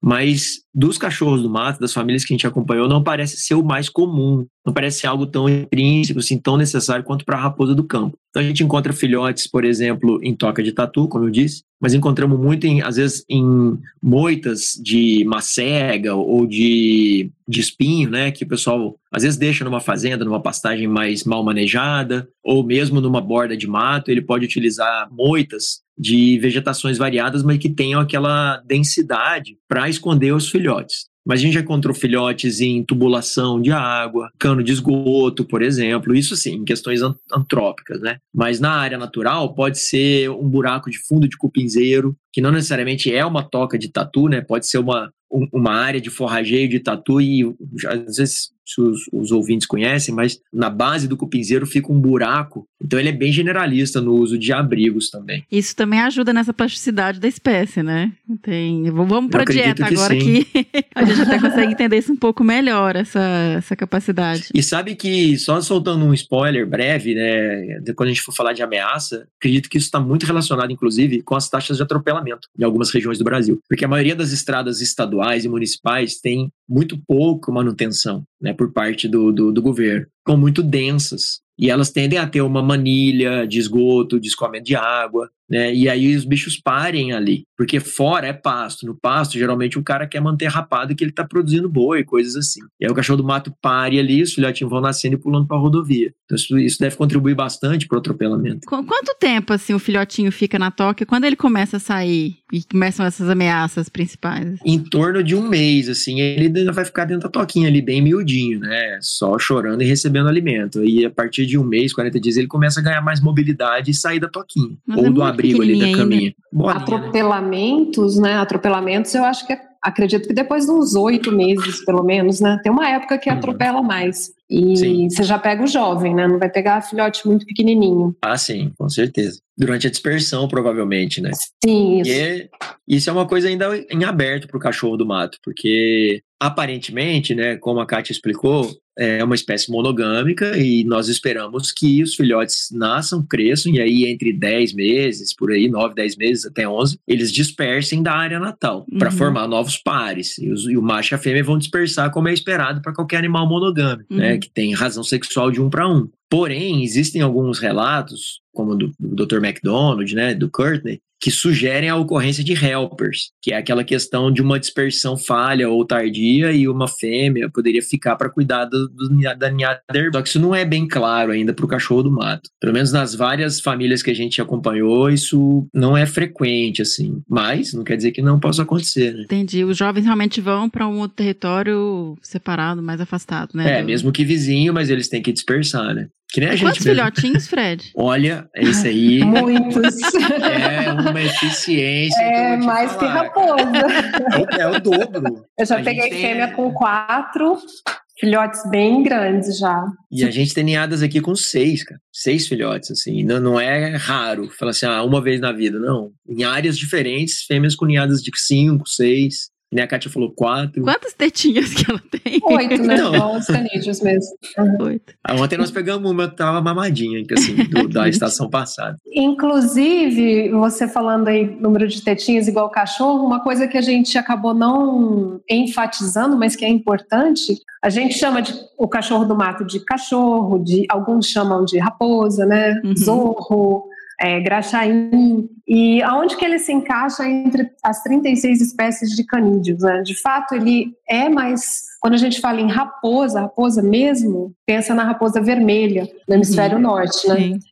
Mas dos cachorros do mato, das famílias que a gente acompanhou, não parece ser o mais comum, não parece ser algo tão intrínseco, assim, tão necessário quanto para a raposa do campo. Então a gente encontra filhotes, por exemplo, em toca de tatu, como eu disse, mas encontramos muito, em, às vezes, em moitas de macega ou de, de espinho, né, que o pessoal às vezes deixa numa fazenda, numa pastagem mais mal manejada, ou mesmo numa borda de mato, ele pode utilizar moitas de vegetações variadas, mas que tenham aquela densidade para esconder os filhotes. Mas a gente já encontrou filhotes em tubulação de água, cano de esgoto, por exemplo, isso sim, em questões antrópicas, né? Mas na área natural pode ser um buraco de fundo de cupinzeiro, que não necessariamente é uma toca de tatu, né? Pode ser uma, um, uma área de forrageio de tatu e às vezes os, os ouvintes conhecem, mas na base do cupinzeiro fica um buraco, então ele é bem generalista no uso de abrigos também. Isso também ajuda nessa plasticidade da espécie, né? Tem, vamos para a dieta que agora sim. Que a gente até consegue entender isso um pouco melhor, essa, essa capacidade. E sabe que, só soltando um spoiler breve, né, quando a gente for falar de ameaça, acredito que isso está muito relacionado, inclusive, com as taxas de atropelamento em algumas regiões do Brasil, porque a maioria das estradas estaduais e municipais tem muito pouca manutenção, né, por parte do, do, do governo, ficam muito densas. E elas tendem a ter uma manilha de esgoto, de escoamento de água, né? E aí os bichos parem ali, porque fora é pasto. No pasto, geralmente o cara quer manter rapado que ele está produzindo boi, coisas assim. E aí o cachorro do mato pare ali, os filhotinhos vão nascendo e pulando para a rodovia. Então isso, isso deve contribuir bastante para o atropelamento. Quanto tempo assim o filhotinho fica na toca? Quando ele começa a sair e começam essas ameaças principais? Em torno de um mês, assim, ele ainda vai ficar dentro da toquinha ali, bem miudinho, né? Só chorando e recebendo alimento. E a partir de um mês, quarenta dias, ele começa a ganhar mais mobilidade e sair da toquinha. Mas ou é do abrigo ali da caminha. Bolinha, Atropelamentos, né? né? Atropelamentos, eu acho que, é, acredito que depois de uns oito meses, pelo menos, né? Tem uma época que atropela uhum. mais. E sim. Você já pega o jovem, né? Não vai pegar filhote muito pequenininho. Ah, sim, com certeza. Durante a dispersão, provavelmente, né? Sim, isso. E isso é uma coisa ainda em aberto para o cachorro do mato, porque aparentemente, né, como a Kátia explicou, é uma espécie monogâmica e nós esperamos que os filhotes nasçam, cresçam, e aí entre dez meses, por aí, nove, dez meses, até onze, eles dispersem da área natal uhum. para formar novos pares. E, os, e o macho e a fêmea vão dispersar como é esperado para qualquer animal monogâmico, uhum. né, que tem razão sexual de um para um. Porém, existem alguns relatos, como do, do doutor McDonald, né, do Courtney, que sugerem a ocorrência de helpers, que é aquela questão de uma dispersão falha ou tardia e uma fêmea poderia ficar para cuidar do, do, da ninhada. Só que isso não é bem claro ainda para o cachorro do mato. Pelo menos nas várias famílias que a gente acompanhou, isso não é frequente, assim. Mas não quer dizer que não possa acontecer, né? Entendi. Os jovens realmente vão para um outro território separado, mais afastado, né? É, do... mesmo que vizinho, mas eles têm que dispersar, né? Que nem a gente Quantos mesmo. filhotinhos, Fred? Olha, esse aí Muitos. é uma eficiência. É que eu vou te mais que falar. raposa. É o, é o dobro. Eu já A peguei gente tem- fêmea com quatro, filhotes bem grandes já. E a gente tem ninhadas aqui com seis, cara. Seis filhotes, assim. Não, não é raro. Fala assim, ah, uma vez na vida. Não. Em áreas diferentes, fêmeas com ninhadas de cinco, seis. Que nem a Kátia falou, quatro. Quantas tetinhas que ela tem? Oito, né? Não. Igual os canídeos mesmo. Oito. Ah, ontem nós pegamos uma que tava mamadinha, que, assim, do- da estação passada. Inclusive, você falando aí número de tetinhas igual cachorro, uma coisa que a gente acabou não enfatizando, mas que é importante, a gente chama de, o cachorro do mato de cachorro, de, alguns chamam de raposa, né? Uhum. Zorro, é, graxaim. E aonde que ele se encaixa entre as trinta e seis espécies de canídeos, né? De fato, ele é mais... Quando a gente fala em raposa, raposa mesmo, pensa na raposa vermelha, no hemisfério Uhum. norte, né? Sim.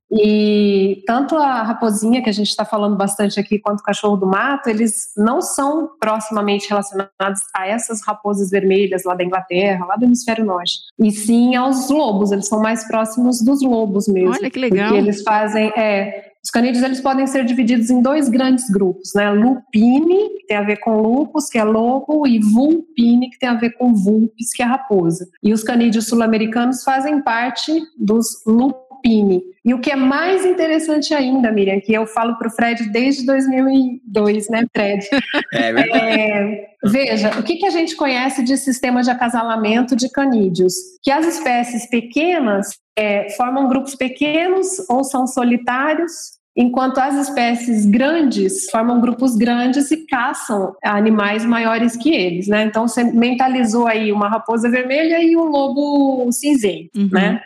E tanto a raposinha, que a gente está falando bastante aqui, quanto o cachorro do mato, eles não são proximamente relacionados a essas raposas vermelhas lá da Inglaterra, lá do hemisfério norte, e sim aos lobos, eles são mais próximos dos lobos mesmo. Olha que legal. Porque eles fazem... É, os canídeos eles podem ser divididos em dois grandes grupos, né? Lupine, que tem a ver com lupus, que é lobo, e vulpine, que tem a ver com vulpes, que é raposa. E os canídeos sul-americanos fazem parte dos lupine. E o que é mais interessante ainda, Miriam, que eu falo para o Fred desde dois mil e dois, né, Fred? É verdade. É, veja, o que, que a gente conhece de sistema de acasalamento de canídeos? Que as espécies pequenas é, formam grupos pequenos ou são solitários, enquanto as espécies grandes formam grupos grandes e caçam animais maiores que eles, né? Então você mentalizou aí uma raposa vermelha e um lobo cinzento, Uhum. né?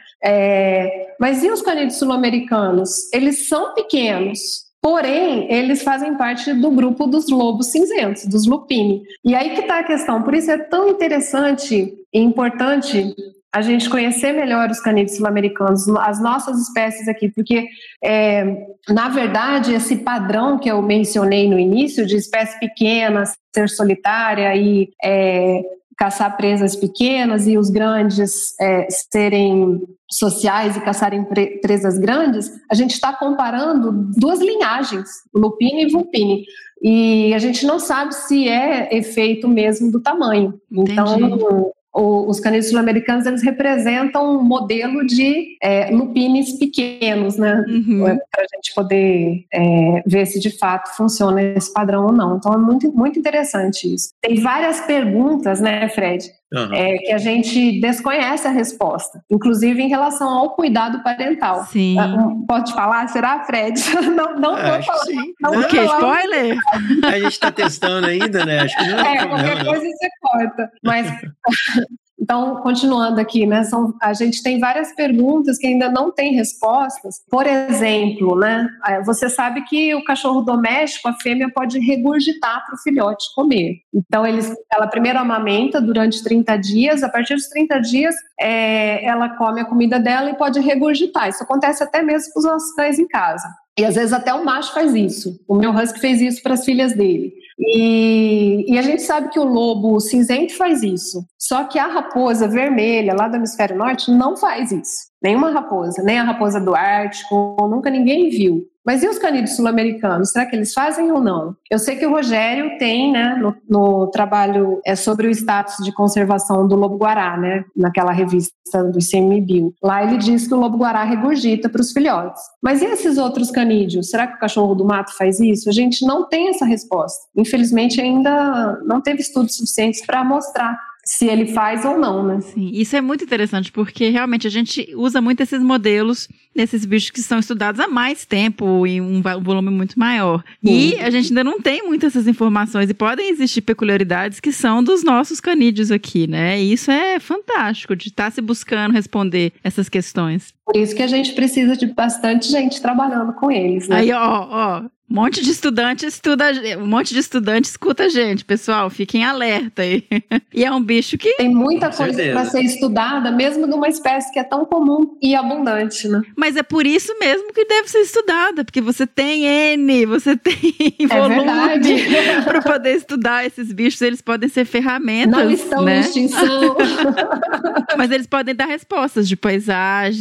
É, mas e os canídeos sul-americanos? Eles são pequenos, porém, eles fazem parte do grupo dos lobos cinzentos, dos lupine. E aí que está a questão. Por isso é tão interessante e importante a gente conhecer melhor os canídeos sul-americanos, as nossas espécies aqui, porque, é, na verdade, esse padrão que eu mencionei no início, de espécie pequena, ser solitária e é, caçar presas pequenas e os grandes é, serem sociais e caçarem pre- presas grandes, a gente está comparando duas linhagens, lupine e vulpine. E a gente não sabe se é efeito mesmo do tamanho. Entendi. Então, o, os canídeos sul-americanos, eles representam um modelo de é, lupines pequenos, né? Uhum. Para a gente poder é, ver se de fato funciona esse padrão ou não. Então é muito, muito interessante isso. Tem várias perguntas, né, Fred? Uhum. É, que a gente desconhece a resposta, inclusive em relação ao cuidado parental. Sim. Uh, Pode falar? Será, Fred? Não, não É, vou acho falar. que sim. Não O vou quê? falar. Spoiler? A gente tá testando ainda, né? Acho que não É, não, qualquer não. coisa você corta. Mas, então, continuando aqui, né? São, a gente tem várias perguntas que ainda não tem respostas. Por exemplo, né? Você sabe que o cachorro doméstico, a fêmea pode regurgitar para o filhote comer. Então, eles, ela primeiro amamenta durante trinta dias, a partir dos trinta dias, é, ela come a comida dela e pode regurgitar. Isso acontece até mesmo com os nossos cães em casa. E às vezes até o macho faz isso. O meu husky fez isso para as filhas dele. E, e a gente sabe que o lobo cinzento faz isso. Só que a raposa vermelha, lá do hemisfério norte, não faz isso. Nenhuma raposa, nem a raposa do Ártico, nunca ninguém viu. Mas e os canídeos sul-americanos? Será que eles fazem ou não? Eu sei que o Rogério tem, né, no, no trabalho é sobre o status de conservação do lobo-guará, né, naquela revista do I C M B I L. Lá ele diz que o lobo-guará regurgita para os filhotes. Mas e esses outros canídeos? Será que o cachorro do mato faz isso? A gente não tem essa resposta. Infelizmente ainda não teve estudos suficientes para mostrar se ele faz ou não, né? Sim, isso é muito interessante, porque realmente a gente usa muito esses modelos nesses bichos que são estudados há mais tempo em um volume muito maior. E a gente ainda não tem muitas essas informações e podem existir peculiaridades que são dos nossos canídeos aqui, né? E isso é fantástico, de estar se buscando responder essas questões. Por isso que a gente precisa de bastante gente trabalhando com eles, né? Aí, ó, ó, um monte de estudante estuda, um monte de estudante escuta a gente, pessoal, fiquem alerta aí. E é um bicho que... Tem muita Com coisa certeza. para ser estudada, mesmo de uma espécie que é tão comum e abundante, né? Mas é por isso mesmo que deve ser estudada, porque você tem N, você tem É volume verdade. para poder estudar esses bichos, eles podem ser ferramentas, Não estão né? em extinção. Mas eles podem dar respostas de paisagem, respostas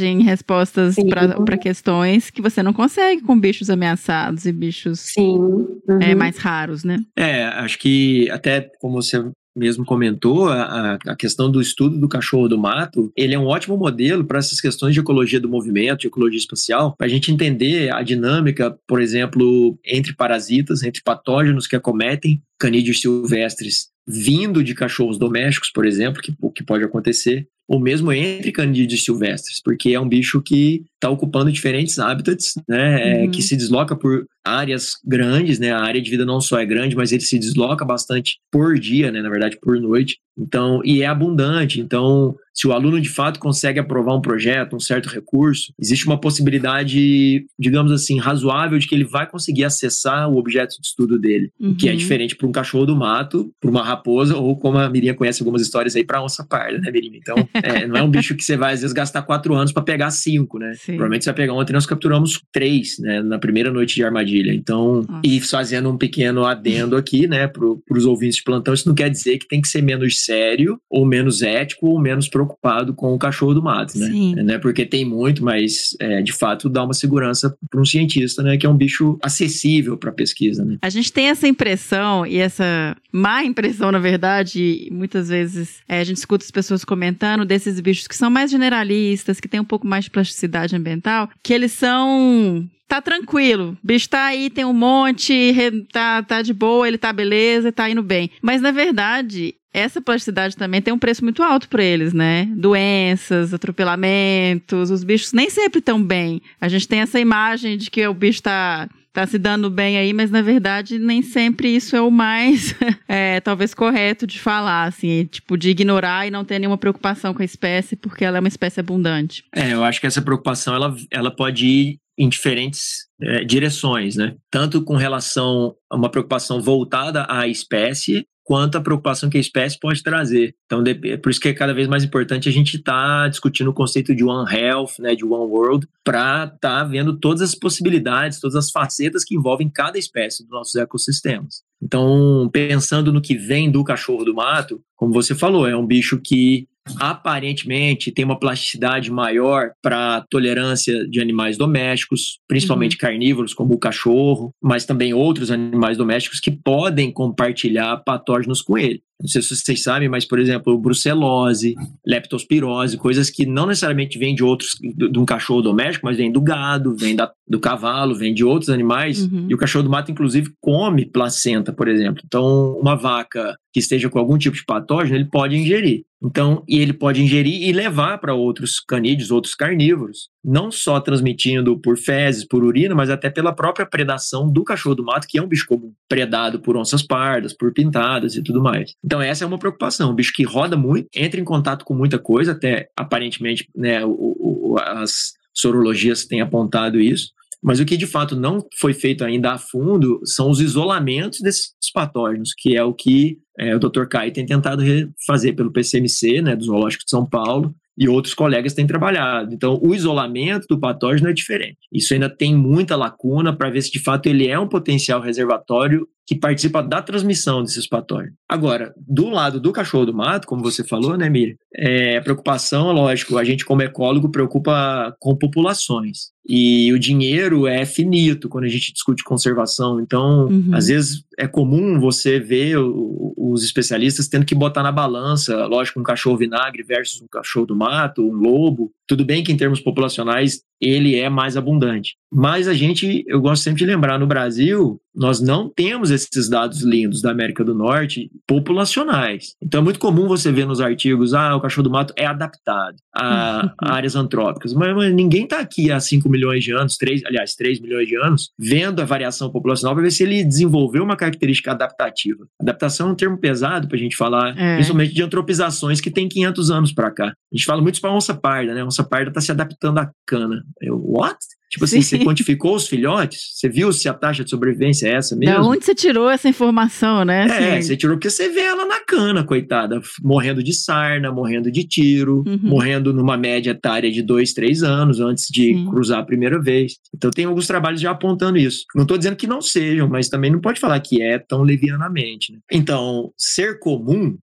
respostas para questões que você não consegue com bichos ameaçados e bichos Sim. Uhum. é, mais raros, né? É, acho que até como você mesmo comentou, a, a questão do estudo do cachorro do mato, ele é um ótimo modelo para essas questões de ecologia do movimento, de ecologia espacial, para a gente entender a dinâmica, por exemplo, entre parasitas, entre patógenos que acometem canídeos silvestres vindo de cachorros domésticos, por exemplo, que, que pode acontecer, ou mesmo entre canídeos silvestres, porque é um bicho que está ocupando diferentes hábitats, né, uhum. é, que se desloca por áreas grandes, né, a área de vida não só é grande, mas ele se desloca bastante por dia, né, na verdade por noite, então, e é abundante, então se o aluno de fato consegue aprovar um projeto, um certo recurso, existe uma possibilidade, digamos assim, razoável de que ele vai conseguir acessar o objeto de estudo dele, uhum. que é diferente para um cachorro do mato, para uma raposa, ou como a Mirinha conhece algumas histórias aí, para onça parda, né, Mirinha? Então, é, não é um bicho que você vai, às vezes, gastar quatro anos para pegar cinco, né? Sim. Provavelmente você vai pegar. Ontem nós capturamos três, né, na primeira noite de armadilha. Então, Nossa. E fazendo um pequeno adendo aqui, né, para os ouvintes de plantão, isso não quer dizer que tem que ser menos sério, ou menos ético, ou menos preocupado com o cachorro do mato, né? Sim. Não é porque tem muito, mas, é, de fato, dá uma segurança para um cientista, né, que é um bicho acessível para pesquisa, né? A gente tem essa impressão, e essa má impressão, na verdade, muitas vezes é, a gente escuta as pessoas comentando desses bichos que são mais generalistas, que têm um pouco mais de plasticidade ambiental, que eles são... Tá tranquilo, o bicho tá aí, tem um monte, tá, tá de boa, ele tá beleza, tá indo bem. Mas, na verdade, essa plasticidade também tem um preço muito alto para eles, né? Doenças, atropelamentos, os bichos nem sempre estão bem. A gente tem essa imagem de que o bicho tá... tá se dando bem aí, mas na verdade nem sempre isso é o mais, é, talvez correto de falar, assim, tipo, de ignorar e não ter nenhuma preocupação com a espécie, porque ela é uma espécie abundante. É, eu acho que essa preocupação, ela, ela pode ir em diferentes é, direções, né? Tanto com relação a uma preocupação voltada à espécie, quanto a preocupação que a espécie pode trazer. Então, é por isso que é cada vez mais importante a gente estar tá discutindo o conceito de One Health, né, de One World, para estar tá vendo todas as possibilidades, todas as facetas que envolvem cada espécie dos nossos ecossistemas. Então, pensando no que vem do cachorro do mato, como você falou, é um bicho que aparentemente tem uma plasticidade maior para tolerância de animais domésticos, principalmente uhum. carnívoros, como o cachorro, mas também outros animais domésticos que podem compartilhar patógenos com ele. Não sei se vocês sabem, mas, por exemplo, brucelose, leptospirose, coisas que não necessariamente vêm de outros, de um cachorro doméstico, mas vêm do gado, vêm da, do cavalo, vêm de outros animais. Uhum. E o cachorro do mato, inclusive, come placenta, por exemplo. Então, uma vaca que esteja com algum tipo de patógeno, ele pode ingerir. Então, e ele pode ingerir e levar para outros canídeos, outros carnívoros, não só transmitindo por fezes, por urina, mas até pela própria predação do cachorro do mato, que é um bicho comum, predado por onças pardas, por pintadas e tudo mais. Então, essa é uma preocupação. Um bicho que roda muito, entra em contato com muita coisa, até aparentemente, né, o, o, as sorologias têm apontado isso. Mas o que de fato não foi feito ainda a fundo são os isolamentos desses patógenos, que é o que é, o doutor Caio tem tentado fazer pelo P C M C, né, do Zoológico de São Paulo, e outros colegas têm trabalhado. Então, o isolamento do patógeno é diferente. Isso ainda tem muita lacuna para ver se de fato ele é um potencial reservatório que participa da transmissão desses patógenos. Agora, do lado do cachorro do mato, como você falou, né, Miriam? É, a preocupação, lógico, a gente como ecólogo preocupa com populações. E o dinheiro é finito quando a gente discute conservação. Então, uhum. às vezes é comum você ver o, os especialistas tendo que botar na balança, lógico, um cachorro vinagre versus um cachorro do mato, um lobo. Tudo bem que em termos populacionais ele é mais abundante. Mas a gente, eu gosto sempre de lembrar, no Brasil, nós não temos esses dados lindos da América do Norte populacionais. Então é muito comum você ver nos artigos, ah, o cachorro do mato é adaptado a, a áreas antrópicas. Mas, mas ninguém está aqui há cinco milhões de anos, três, aliás, três milhões de anos, vendo a variação populacional para ver se ele desenvolveu uma característica adaptativa. Adaptação é um termo pesado para a gente falar, é. principalmente de antropizações que tem quinhentos anos para cá. A gente fala muito isso para onça parda, né? A onça parda está se adaptando à cana. Eu, what? Tipo assim, Sim. você quantificou os filhotes? Você viu se a taxa de sobrevivência é essa mesmo? Da onde você tirou essa informação, né? É, assim... você tirou porque você vê ela na cana, coitada, morrendo de sarna, morrendo de tiro, uhum. morrendo numa média etária de dois, três anos antes de Sim. cruzar a primeira vez. Então tem alguns trabalhos já apontando isso. Não estou dizendo que não sejam, mas também não pode falar que é tão levianamente. Né? Então, ser comum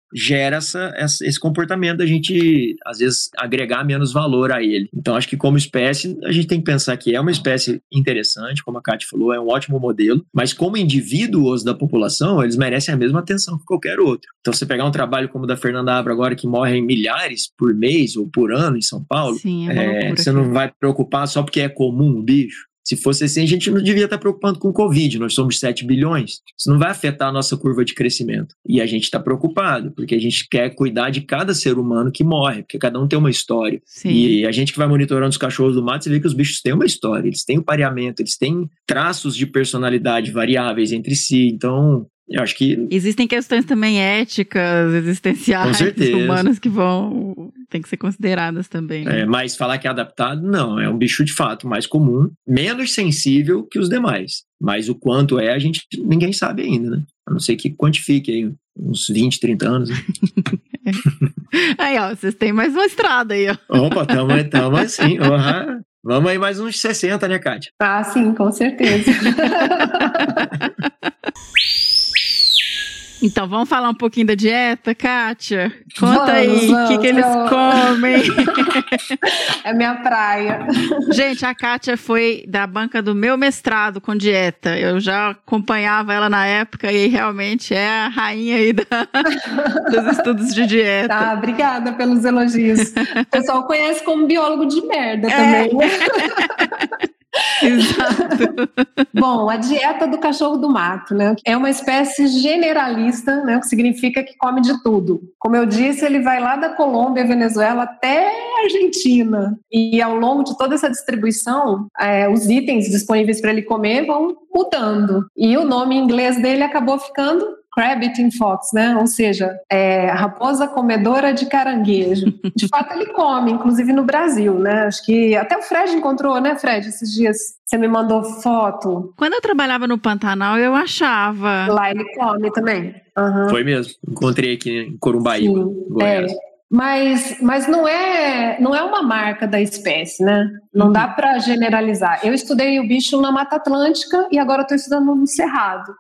gera essa, essa, esse comportamento da gente, às vezes, agregar menos valor a ele. Então, acho que como espécie, a gente tem que pensar que é uma espécie interessante, como a Kátia falou, é um ótimo modelo, mas como indivíduos da população, eles merecem a mesma atenção que qualquer outro. Então, você pegar um trabalho como o da Fernanda Abra agora, que morrem milhares por mês ou por ano em São Paulo, Sim, é é, você não vai preocupar só porque é comum o bicho. Se fosse assim, a gente não devia estar preocupando com o Covid. Nós somos sete bilhões. Isso não vai afetar a nossa curva de crescimento. E a gente está preocupado, porque a gente quer cuidar de cada ser humano que morre, porque cada um tem uma história. Sim. E a gente que vai monitorando os cachorros do mato, você vê que os bichos têm uma história, eles têm um pareamento, eles têm traços de personalidade variáveis entre si. Então, eu acho que... Existem questões também éticas, existenciais, humanas que vão... tem que ser consideradas também. Né? É, mas falar que é adaptado, não. É um bicho de fato mais comum, menos sensível que os demais. Mas o quanto é, a gente ninguém sabe ainda, né? A não ser que quantifique aí uns vinte, trinta anos. Né? Aí, ó, vocês têm mais uma estrada aí, ó. Opa, tamo, tamo assim. Uhum. Vamos aí mais uns sessenta, né, Kátia? Ah, sim, com certeza. Então, vamos falar um pouquinho da dieta, Kátia? Conta vamos, aí, o que, que eles eu... comem. É minha praia. Gente, a Kátia foi da banca do meu mestrado com dieta. Eu já acompanhava ela na época e realmente é a rainha aí da, dos estudos de dieta. Ah, obrigada pelos elogios. O pessoal conhece como biólogo de merda é. também, né? Exato. Bom, a dieta do cachorro do mato, né? É uma espécie generalista, né? O que significa que come de tudo. Como eu disse, ele vai lá da Colômbia, Venezuela até a Argentina. E ao longo de toda essa distribuição, é, os itens disponíveis para ele comer vão mudando. E o nome em inglês dele acabou ficando Crab Eating Fox, né? Ou seja, é, raposa comedora de caranguejo. De fato, ele come, inclusive no Brasil, né? Acho que até o Fred encontrou, né, Fred? Esses dias você me mandou foto. Quando eu trabalhava no Pantanal, eu achava. Lá ele come também. Uhum. Foi mesmo. Encontrei aqui em Corumbaíba, Goiás. É. Mas, mas não, é, não é uma marca da espécie, né? Não dá para generalizar. Eu estudei o bicho na Mata Atlântica e agora estou estudando no Cerrado.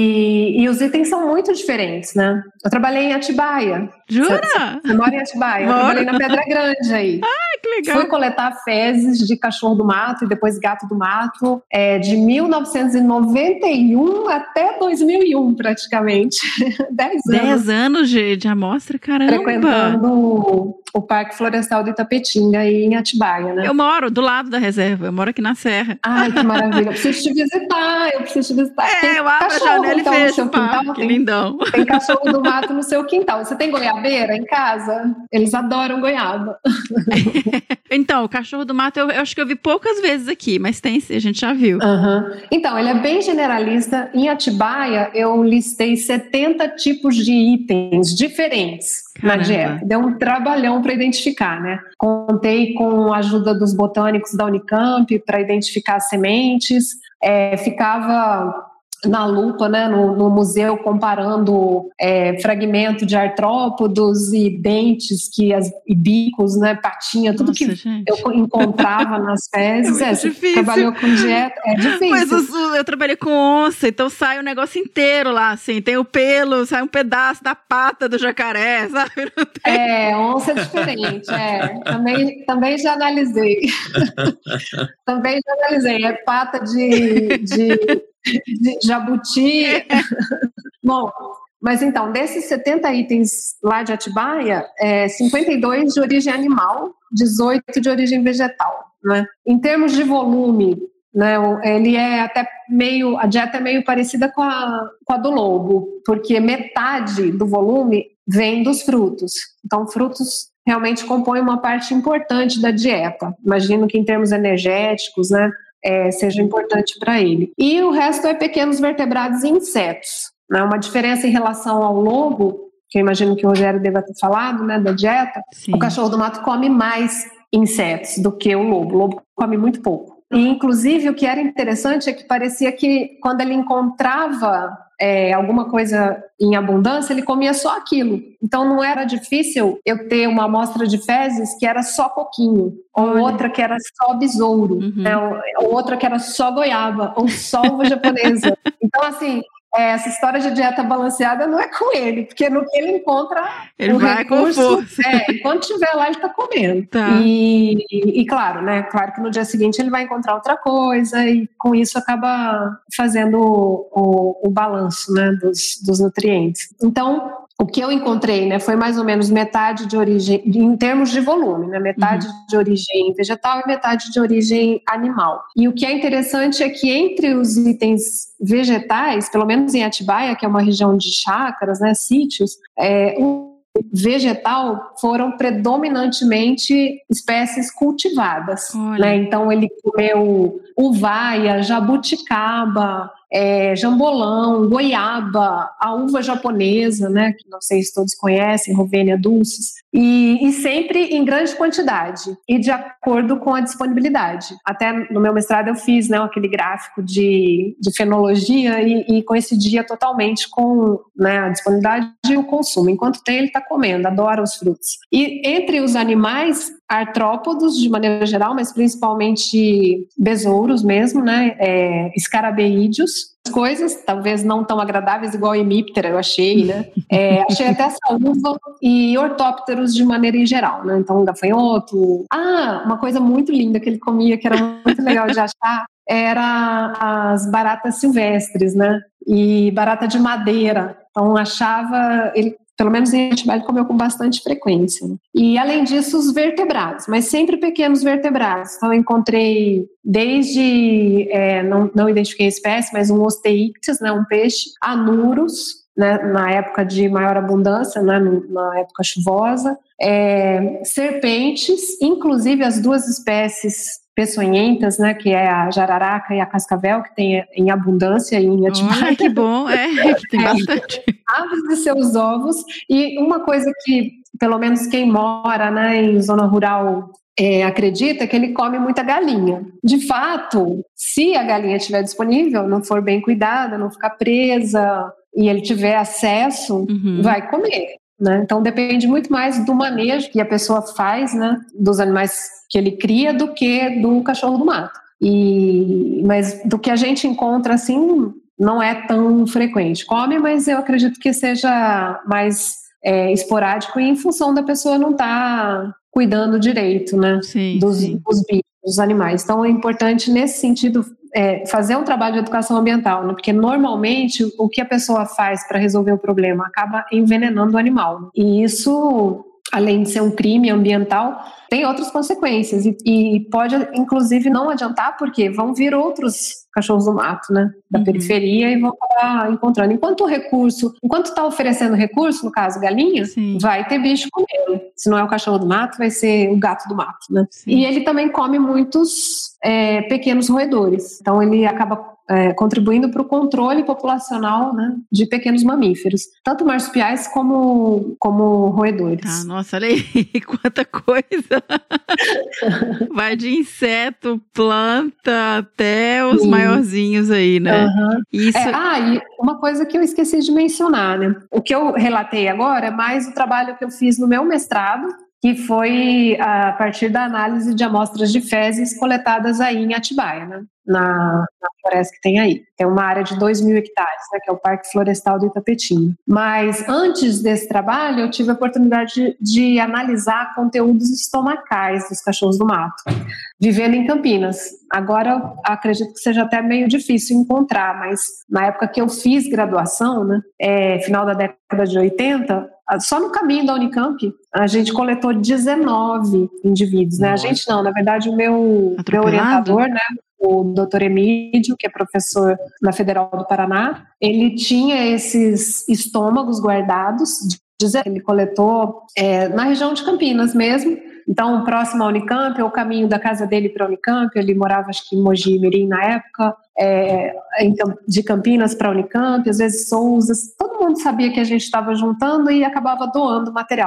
E, e os itens são muito diferentes, né? Eu trabalhei em Atibaia. Jura? Você, você mora em Atibaia? Eu trabalhei na Pedra Grande aí. Ah, que legal. Fui coletar fezes de cachorro do mato e depois gato do mato é, de mil novecentos e noventa e um até dois mil e um, praticamente. Dez anos. Dez anos de, de amostra, caramba. Frequentando o Parque Florestal do Itapetinga, aí em Atibaia, né? Eu moro do lado da reserva, eu moro aqui na Serra. Ai, que maravilha. Eu preciso te visitar, eu preciso te visitar. É, tem eu abro cachorro, a janela então, e no fecho seu o parque, quintal, que tem, lindão. Tem cachorro do mato no seu quintal. Você tem goiabeira em casa? Eles adoram goiaba. Então, o cachorro do mato, eu, eu acho que eu vi poucas vezes aqui, mas tem sim, a gente já viu. Uhum. Então, ele é bem generalista. Em Atibaia, eu listei setenta tipos de itens diferentes. Caramba. Na dieta. Deu um trabalhão para identificar, né? Contei com a ajuda dos botânicos da Unicamp para identificar as sementes. É, ficava na lupa, né, no, no museu, comparando é, fragmento de artrópodos e dentes que as, e bicos, né, patinha, tudo. Nossa, que gente. Eu encontrava nas fezes. É, é você difícil. Trabalhou com dieta, é difícil. Mas eu, eu trabalhei com onça, então sai o negócio inteiro lá, assim, tem o pelo, sai um pedaço da pata do jacaré, sabe? É, onça é diferente, é. Também, também já analisei. Também já analisei, é pata de... de de jabuti. Bom, mas então, desses setenta itens lá de Atibaia, é, cinquenta e dois de origem animal, dezoito de origem vegetal, né? Em termos de volume, né, ele é até meio, a dieta é meio parecida com a, com a do lobo, porque metade do volume vem dos frutos. Então, frutos realmente compõem uma parte importante da dieta. Imagino que em termos energéticos, né, É, seja importante para ele. E o resto é pequenos vertebrados e insetos. Né? Uma diferença em relação ao lobo, que eu imagino que o Rogério deva ter falado, né, da dieta. Sim. O cachorro do mato come mais insetos do que o lobo. O lobo come muito pouco. E, inclusive, o que era interessante é que parecia que quando ele encontrava é, alguma coisa em abundância, ele comia só aquilo. Então, não era difícil eu ter uma amostra de fezes que era só coquinho, ou Olha. outra que era só besouro, uhum. né? ou, ou outra que era só goiaba, ou só uva japonesa. Então, assim, é, essa história de dieta balanceada não é com ele, porque no que ele encontra ele o vai recurso, com força. É, enquanto estiver lá ele está comendo. Tá. E, e, e claro, né? Claro que no dia seguinte ele vai encontrar outra coisa e com isso acaba fazendo o, o, o balanço, né, dos, dos nutrientes. Então, o que eu encontrei, né, foi mais ou menos metade de origem, em termos de volume, né, metade uhum. de origem vegetal e metade de origem animal. E o que é interessante é que entre os itens vegetais, pelo menos em Atibaia, que é uma região de chácaras, né, sítios, é, o vegetal foram predominantemente espécies cultivadas, né? Então ele comeu uvaia, jabuticaba, é, jambolão, goiaba, a uva japonesa, né, que não sei se todos conhecem, Rovênia dulcis, e, e sempre em grande quantidade e de acordo com a disponibilidade. Até no meu mestrado eu fiz, né, aquele gráfico de, de fenologia e, e coincidia totalmente com, né, a disponibilidade e o consumo. Enquanto tem, ele está comendo, adora os frutos. E entre os animais, artrópodos de maneira geral, mas principalmente besouros mesmo, né, é, escarabeídeos, coisas talvez não tão agradáveis igual a hemíptera, eu achei, né, é, achei até saúva e ortópteros de maneira em geral, né, então gafanhoto. Ah, uma coisa muito linda que ele comia, que era muito legal de achar, era as baratas silvestres, né, e barata de madeira, então achava, ele pelo menos em Atibaia ele comeu com bastante frequência. E além disso, os vertebrados, mas sempre pequenos vertebrados. Então eu encontrei desde, é, não, não identifiquei a espécie, mas um osteíctes, né, um peixe, anuros, né, na época de maior abundância, né, na época chuvosa, é, serpentes, inclusive as duas espécies peçonhentas, né, que é a jararaca e a cascavel, que tem em abundância em Atibaia. Olha, que bom, é, tem bastante. Aves de seus ovos, e uma coisa que, pelo menos quem mora, né, em zona rural é, acredita, é que ele come muita galinha. De fato, se a galinha estiver disponível, não for bem cuidada, não ficar presa, e ele tiver acesso, uhum. vai comer. Né? Então depende muito mais do manejo que a pessoa faz, né, dos animais que ele cria do que do cachorro do mato. E, mas do que a gente encontra assim não é tão frequente. Come, mas eu acredito que seja mais é, esporádico e em função da pessoa não estar tá cuidando direito, né, sim, dos, sim. dos bichos, dos animais. Então é importante nesse sentido é, fazer um trabalho de educação ambiental, né? Porque normalmente o que a pessoa faz para resolver o problema acaba envenenando o animal. Né? E isso, além de ser um crime ambiental, tem outras consequências e, e pode inclusive não adiantar porque vão vir outros cachorros do mato, né, da uhum. periferia e vão acabar encontrando. Enquanto o recurso, enquanto está oferecendo recurso, no caso galinha, Sim. vai ter bicho comendo. Se não é o cachorro do mato, vai ser o gato do mato, né? Sim. E ele também come muitos é, pequenos roedores. Então ele acaba é, contribuindo para o controle populacional, né, de pequenos mamíferos, tanto marsupiais como, como roedores. Ah, nossa, olha aí, quanta coisa! Vai de inseto, planta, até os Sim. maiorzinhos aí, né? Uhum. Isso... É, ah, e uma coisa que eu esqueci de mencionar, né? O que eu relatei agora é mais o trabalho que eu fiz no meu mestrado, que foi a partir da análise de amostras de fezes coletadas aí em Atibaia, né? Na, na floresta que tem aí. Tem uma área de dois mil hectares, né, que é o Parque Florestal do Itapetinga. Mas antes desse trabalho, eu tive a oportunidade de, de analisar conteúdos estomacais dos cachorros do mato, vivendo em Campinas. Agora, acredito que seja até meio difícil encontrar, mas na época que eu fiz graduação, né, é, final da década de oitenta, só no caminho da Unicamp, a gente coletou dezenove indivíduos, né? A gente não, na verdade, o meu, meu orientador, né, o doutor Emílio, que é professor na Federal do Paraná, ele tinha esses estômagos guardados, ele coletou é, na região de Campinas mesmo. Então, próximo à Unicamp, é o caminho da casa dele para a Unicamp, ele morava acho que em Mogi Mirim na época, é, de Campinas para a Unicamp, às vezes Souza, todo mundo sabia que a gente estava juntando e acabava doando material, né?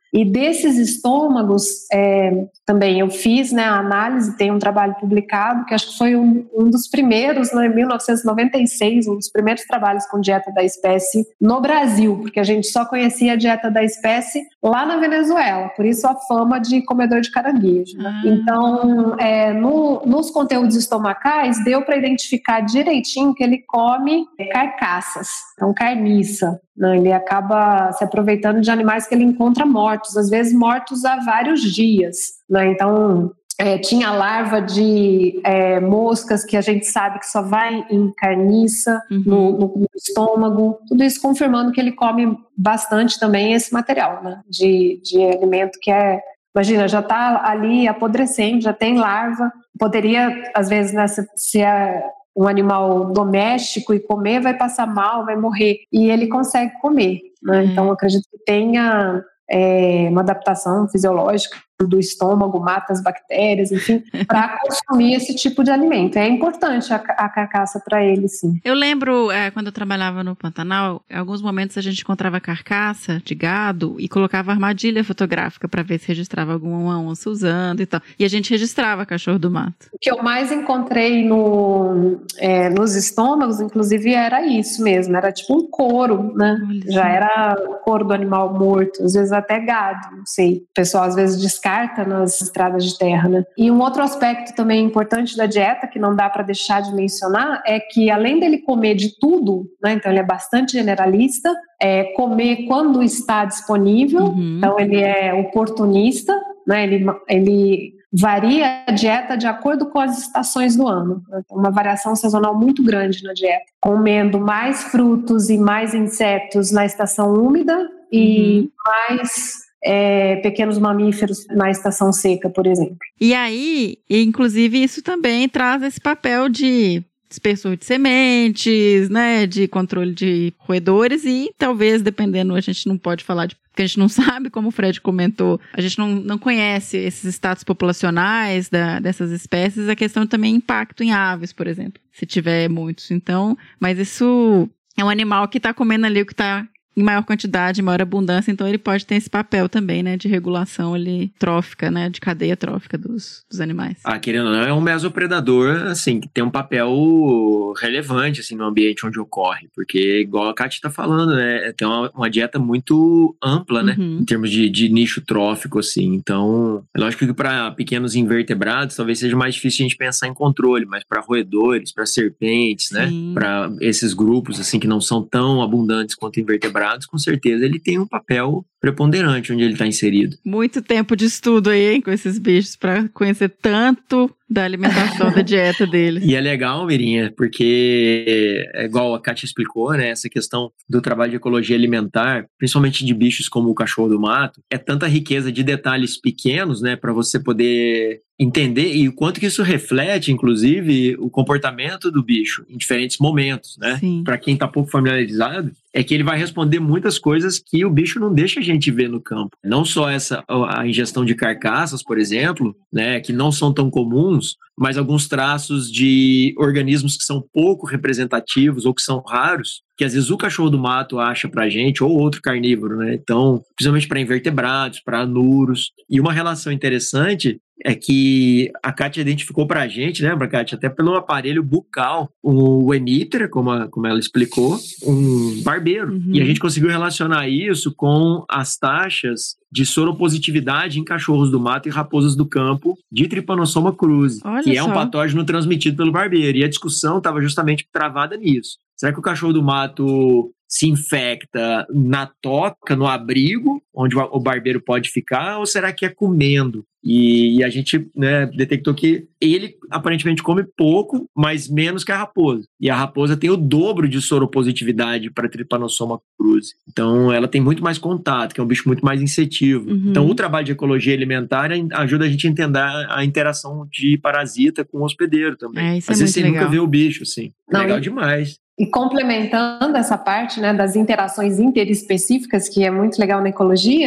E desses estômagos, é, também eu fiz, né, a análise, tem um trabalho publicado, que acho que foi um, um dos primeiros, né, em mil novecentos e noventa e seis, um dos primeiros trabalhos com dieta da espécie no Brasil, porque a gente só conhecia a dieta da espécie lá na Venezuela, por isso a fama de comedor de caranguejo. Né? Ah. Então, é, no, nos conteúdos estomacais, deu para identificar direitinho que ele come carcaças, então carniça. Né? Ele acaba se aproveitando de animais que ele encontra mortos, às vezes mortos há vários dias. Né? Então, é, tinha larva de é, moscas que a gente sabe que só vai em carniça, uhum. no, no, no estômago, tudo isso confirmando que ele come bastante também esse material, né? de, de alimento que é, imagina, já está ali apodrecendo, já tem larva, poderia, às vezes, né, se, se é um animal doméstico e comer, vai passar mal, vai morrer, e ele consegue comer, né? Uhum. Então, acredito que tenha é, uma adaptação fisiológica do estômago, mata as bactérias, enfim, para consumir esse tipo de alimento. É importante a, a carcaça para ele, sim. Eu lembro, é, quando eu trabalhava no Pantanal, em alguns momentos a gente encontrava carcaça de gado e colocava armadilha fotográfica para ver se registrava alguma onça usando e tal. E a gente registrava cachorro do mato. O que eu mais encontrei no, é, nos estômagos, inclusive, era isso mesmo. Era tipo um couro, né? Olha, já sim. Era o couro do animal morto, às vezes até gado, não sei. O pessoal às vezes descarta nas estradas de terra, né? E um outro aspecto também importante da dieta, que não dá para deixar de mencionar, é que além dele comer de tudo, né? Então ele é bastante generalista, é comer quando está disponível, uhum. Então ele é oportunista, né? Ele, ele varia a dieta de acordo com as estações do ano. Então, uma variação sazonal muito grande na dieta, comendo mais frutos e mais insetos na estação úmida e uhum. mais É, pequenos mamíferos na estação seca, por exemplo. E aí, inclusive, isso também traz esse papel de dispersor de sementes, né, de controle de roedores e talvez, dependendo, a gente não pode falar de, porque a gente não sabe, como o Fred comentou, a gente não, não conhece esses status populacionais da, dessas espécies, a questão também impacto em aves, por exemplo, se tiver muitos. Então, mas isso é um animal que está comendo ali o que está em maior quantidade, maior abundância, então ele pode ter esse papel também, né, de regulação ali trófica, né, de cadeia trófica dos, dos animais. Ah, querendo ou não, é um mesopredador, assim, que tem um papel relevante, assim, no ambiente onde ocorre, porque, igual a Kátia tá falando, né, tem uma, uma dieta muito ampla, né, uhum. em termos de, de nicho trófico, assim, então, é lógico que para pequenos invertebrados, talvez seja mais difícil a gente pensar em controle, mas para roedores, para serpentes, né, para esses grupos, assim, que não são tão abundantes quanto invertebrados, com certeza ele tem um papel preponderante onde ele está inserido. Muito tempo de estudo aí, hein, com esses bichos para conhecer tanto da alimentação, da dieta deles. E é legal, Mirinha, porque é igual a Kátia explicou, né, essa questão do trabalho de ecologia alimentar, principalmente de bichos como o cachorro do mato, é tanta riqueza de detalhes pequenos, né, para você poder entender e o quanto que isso reflete, inclusive, o comportamento do bicho em diferentes momentos, né? Para quem está pouco familiarizado, é que ele vai responder muitas coisas que o bicho não deixa a gente ver no campo. Não só essa, a ingestão de carcaças, por exemplo, né, que não são tão comuns, mas alguns traços de organismos que são pouco representativos ou que são raros, que às vezes o cachorro do mato acha pra gente, ou outro carnívoro, né? Então, principalmente para invertebrados, para anuros. E uma relação interessante é que a Kátia identificou pra gente, lembra, Kátia? Até pelo aparelho bucal, o emíter, como, a, como ela explicou, um barbeiro. Uhum. E a gente conseguiu relacionar isso com as taxas de soropositividade em cachorros do mato e raposas do campo de Trypanosoma cruzi, Olha que é só. um patógeno transmitido pelo barbeiro. E a discussão estava justamente travada nisso. Será que o cachorro do mato se infecta na toca, no abrigo, onde o barbeiro pode ficar, ou será que é comendo? E, e a gente, né, detectou que ele aparentemente come pouco, mas menos que a raposa. E a raposa tem o dobro de soropositividade para Trypanosoma cruzi. Então, ela tem muito mais contato, que é um bicho muito mais insetivo. Uhum. Então, o trabalho de ecologia alimentar ajuda a gente a entender a interação de parasita com o hospedeiro também. É, isso Às é vezes você legal. nunca vê o bicho, assim. Não, legal e... demais. E complementando essa parte, né, das interações interespecíficas, que é muito legal na ecologia,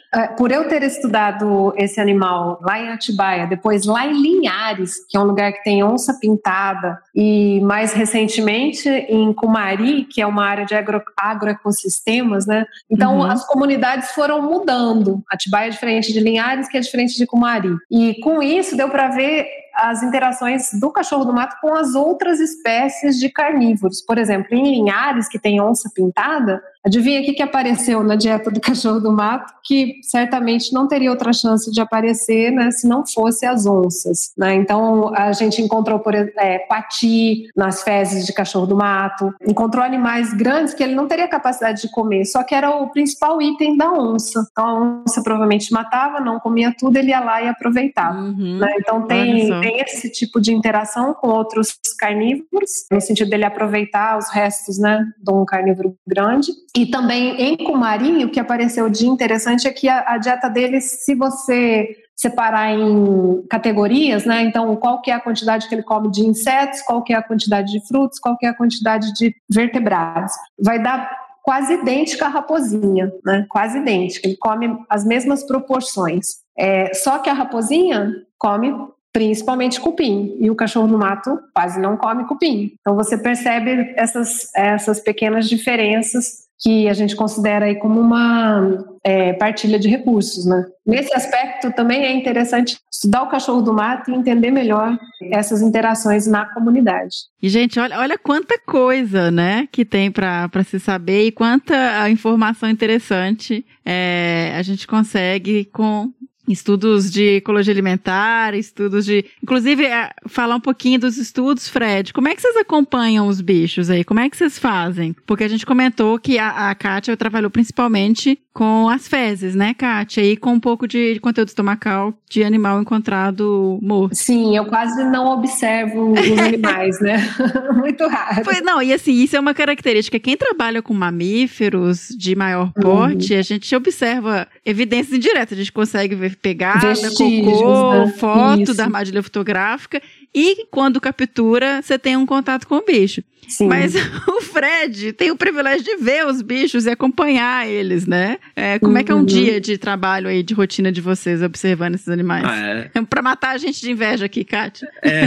Por eu ter estudado esse animal lá em Atibaia, depois lá em Linhares, que é um lugar que tem onça pintada, e mais recentemente em Cumari, que é uma área de agro, agroecossistemas, né? Então, uhum. as comunidades foram mudando. Atibaia é diferente de Linhares, que é diferente de Cumari. E com isso, deu para ver as interações do cachorro do mato com as outras espécies de carnívoros. Por exemplo, em Linhares, que tem onça pintada, adivinha o que, que apareceu na dieta do cachorro do mato, que certamente não teria outra chance de aparecer, né, se não fosse as onças, né? Então, a gente encontrou, por exemplo, é, pati nas fezes de cachorro do mato, encontrou animais grandes que ele não teria capacidade de comer, só que era o principal item da onça. Então, a onça provavelmente matava, não comia tudo, ele ia lá e aproveitava. Uhum. Né? Então, tem, tem esse tipo de interação com outros carnívoros, no sentido dele aproveitar os restos, né, de um carnívoro grande. E também em Cumari, o que apareceu de interessante é que a, a dieta deles, se você separar em categorias, né? Então, qual que é a quantidade que ele come de insetos, qual que é a quantidade de frutos, qual que é a quantidade de vertebrados, vai dar quase idêntica à raposinha, né? Quase idêntica. Ele come as mesmas proporções. É, só que a raposinha come principalmente cupim, e o cachorro no mato quase não come cupim. Então, você percebe essas, essas pequenas diferenças que a gente considera aí como uma é, partilha de recursos, né? Nesse aspecto também é interessante estudar o cachorro do mato e entender melhor essas interações na comunidade. E, gente, olha, olha quanta coisa, né, que tem para se saber e quanta informação interessante é, a gente consegue com estudos de ecologia alimentar, estudos de... Inclusive, falar um pouquinho dos estudos, Fred. Como é que vocês acompanham os bichos aí? Como é que vocês fazem? Porque a gente comentou que a, a Kátia trabalhou principalmente com as fezes, né, Kátia? E com um pouco de, de conteúdo estomacal de animal encontrado morto. Sim, eu quase não observo os animais, né? Muito raro. Pois, não, e assim, isso é uma característica. Quem trabalha com mamíferos de maior porte, uhum. a gente observa evidências indiretas. A gente consegue ver pegada, cocô, né? Foto Isso. da armadilha fotográfica, e quando captura, você tem um contato com o bicho. Sim. Mas o Fred tem o privilégio de ver os bichos e acompanhar eles, né? É, como uhum. é que é um dia de trabalho aí, de rotina de vocês, observando esses animais? Ah, é. é pra matar a gente de inveja aqui, Kátia. É,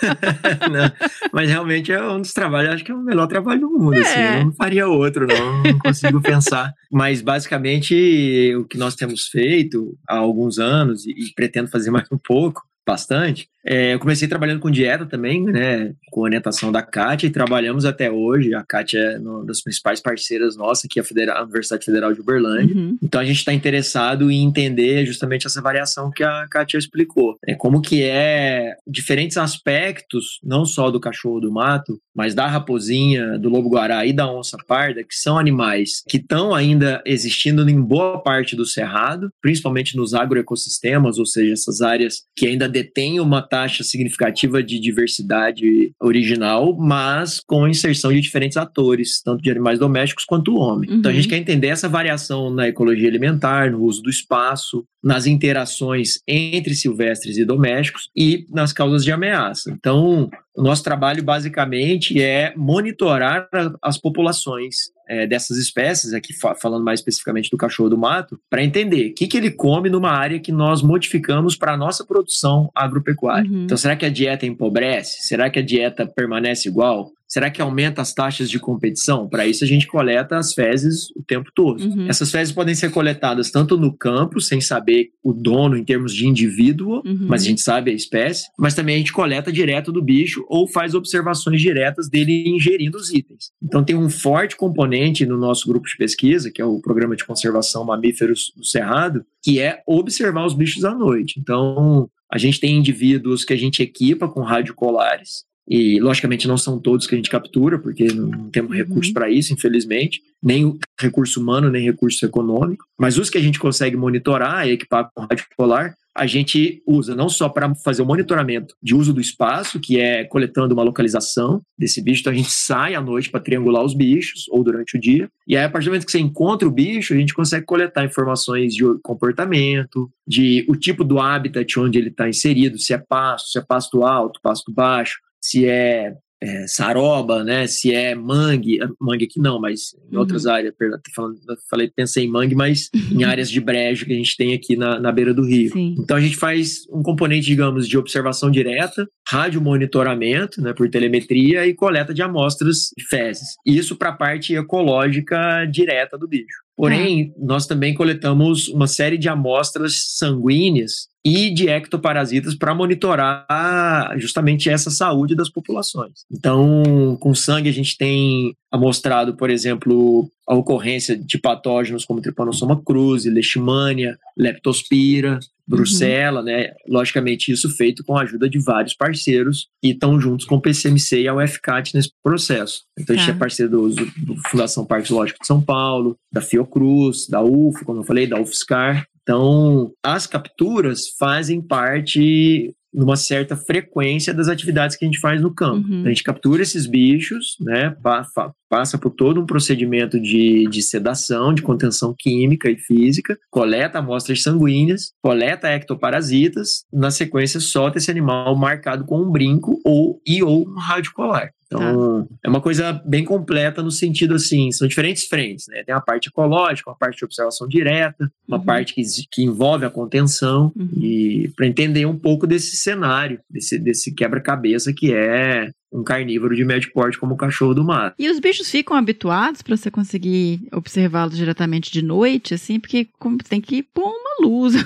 não, mas realmente é um dos trabalhos, acho que é o melhor trabalho do mundo, é. assim, eu não faria outro, não, não consigo pensar. Mas, basicamente, o que nós temos feito há alguns anos, e, e pretendo fazer mais um pouco, bastante. É, eu comecei trabalhando com dieta também, né, com orientação da Kátia, e trabalhamos até hoje. A Kátia é uma das principais parceiras nossas aqui, a, Federal, a Universidade Federal de Uberlândia. Uhum. Então a gente está interessado em entender justamente essa variação que a Kátia explicou. É, como que é diferentes aspectos, não só do cachorro do mato, mas da raposinha, do lobo-guará e da onça parda, que são animais que estão ainda existindo em boa parte do cerrado, principalmente nos agroecossistemas, ou seja, essas áreas que ainda detêm uma taxa significativa de diversidade original, mas com inserção de diferentes atores, tanto de animais domésticos quanto o homem. Uhum. Então a gente quer entender essa variação na ecologia alimentar, no uso do espaço, nas interações entre silvestres e domésticos e nas causas de ameaça. Então, o nosso trabalho basicamente é monitorar as populações é, dessas espécies, aqui fa- falando mais especificamente do cachorro do mato, para entender o que, que ele come numa área que nós modificamos para a nossa produção agropecuária. Uhum. Então, será que a dieta empobrece? Será que a dieta permanece igual? Será que aumenta as taxas de competição? Para isso a gente coleta as fezes o tempo todo. Uhum. Essas fezes podem ser coletadas tanto no campo, sem saber o dono em termos de indivíduo, uhum. mas a gente sabe a espécie, mas também a gente coleta direto do bicho ou faz observações diretas dele ingerindo os itens. Então tem um forte componente no nosso grupo de pesquisa, que é o Programa de Conservação Mamíferos do Cerrado, que é observar os bichos à noite. Então a gente tem indivíduos que a gente equipa com radiocolares, e logicamente não são todos que a gente captura, porque não temos uhum. recurso para isso, infelizmente, nem recurso humano, nem recurso econômico, mas os que a gente consegue monitorar e equipar com radiocolar, a gente usa não só para fazer o monitoramento de uso do espaço, que é coletando uma localização desse bicho, então a gente sai à noite para triangular os bichos, ou durante o dia, e aí a partir do momento que você encontra o bicho, a gente consegue coletar informações de comportamento, de o tipo do habitat onde ele está inserido, se é pasto, se é pasto alto, pasto baixo, se é, é, saroba, né? Se é mangue, mangue aqui não, mas em uhum. outras áreas, perdão, falando, falei, pensei em mangue, mas uhum. em áreas de brejo que a gente tem aqui na, na beira do rio. Sim. Então a gente faz um componente, digamos, de observação direta, radiomonitoramento, né, por telemetria e coleta de amostras de fezes. Isso para a parte ecológica direta do bicho. Porém, é. nós também coletamos uma série de amostras sanguíneas e de ectoparasitas para monitorar justamente essa saúde das populações. Então, com sangue a gente tem amostrado, por exemplo, a ocorrência de patógenos como Trypanosoma cruzi, Leishmania, Leptospira, Brucella, uhum. né? Logicamente isso feito com a ajuda de vários parceiros que estão juntos com o P C M C e a U F C A T nesse processo. Então a gente tá. é parceiro do, do Fundação Parque Zoológico de São Paulo, da Fiocruz, da U F, como eu falei, da UFSCar. Então, as capturas fazem parte, numa certa frequência, das atividades que a gente faz no campo. Uhum. A gente captura esses bichos, né, passa por todo um procedimento de, de sedação, de contenção química e física, coleta amostras sanguíneas, coleta ectoparasitas, na sequência solta esse animal marcado com um brinco ou, e ou um rádio colar. Então, ah. é uma coisa bem completa no sentido assim, são diferentes frentes, né? Tem a parte ecológica, uma parte de observação direta, uma uhum. parte que, que envolve a contenção, uhum. e para entender um pouco desse cenário, desse, desse quebra-cabeça que é um carnívoro de médio porte como o cachorro do mato. E os bichos ficam habituados para você conseguir observá-los diretamente de noite, assim, porque tem que pôr uma luz.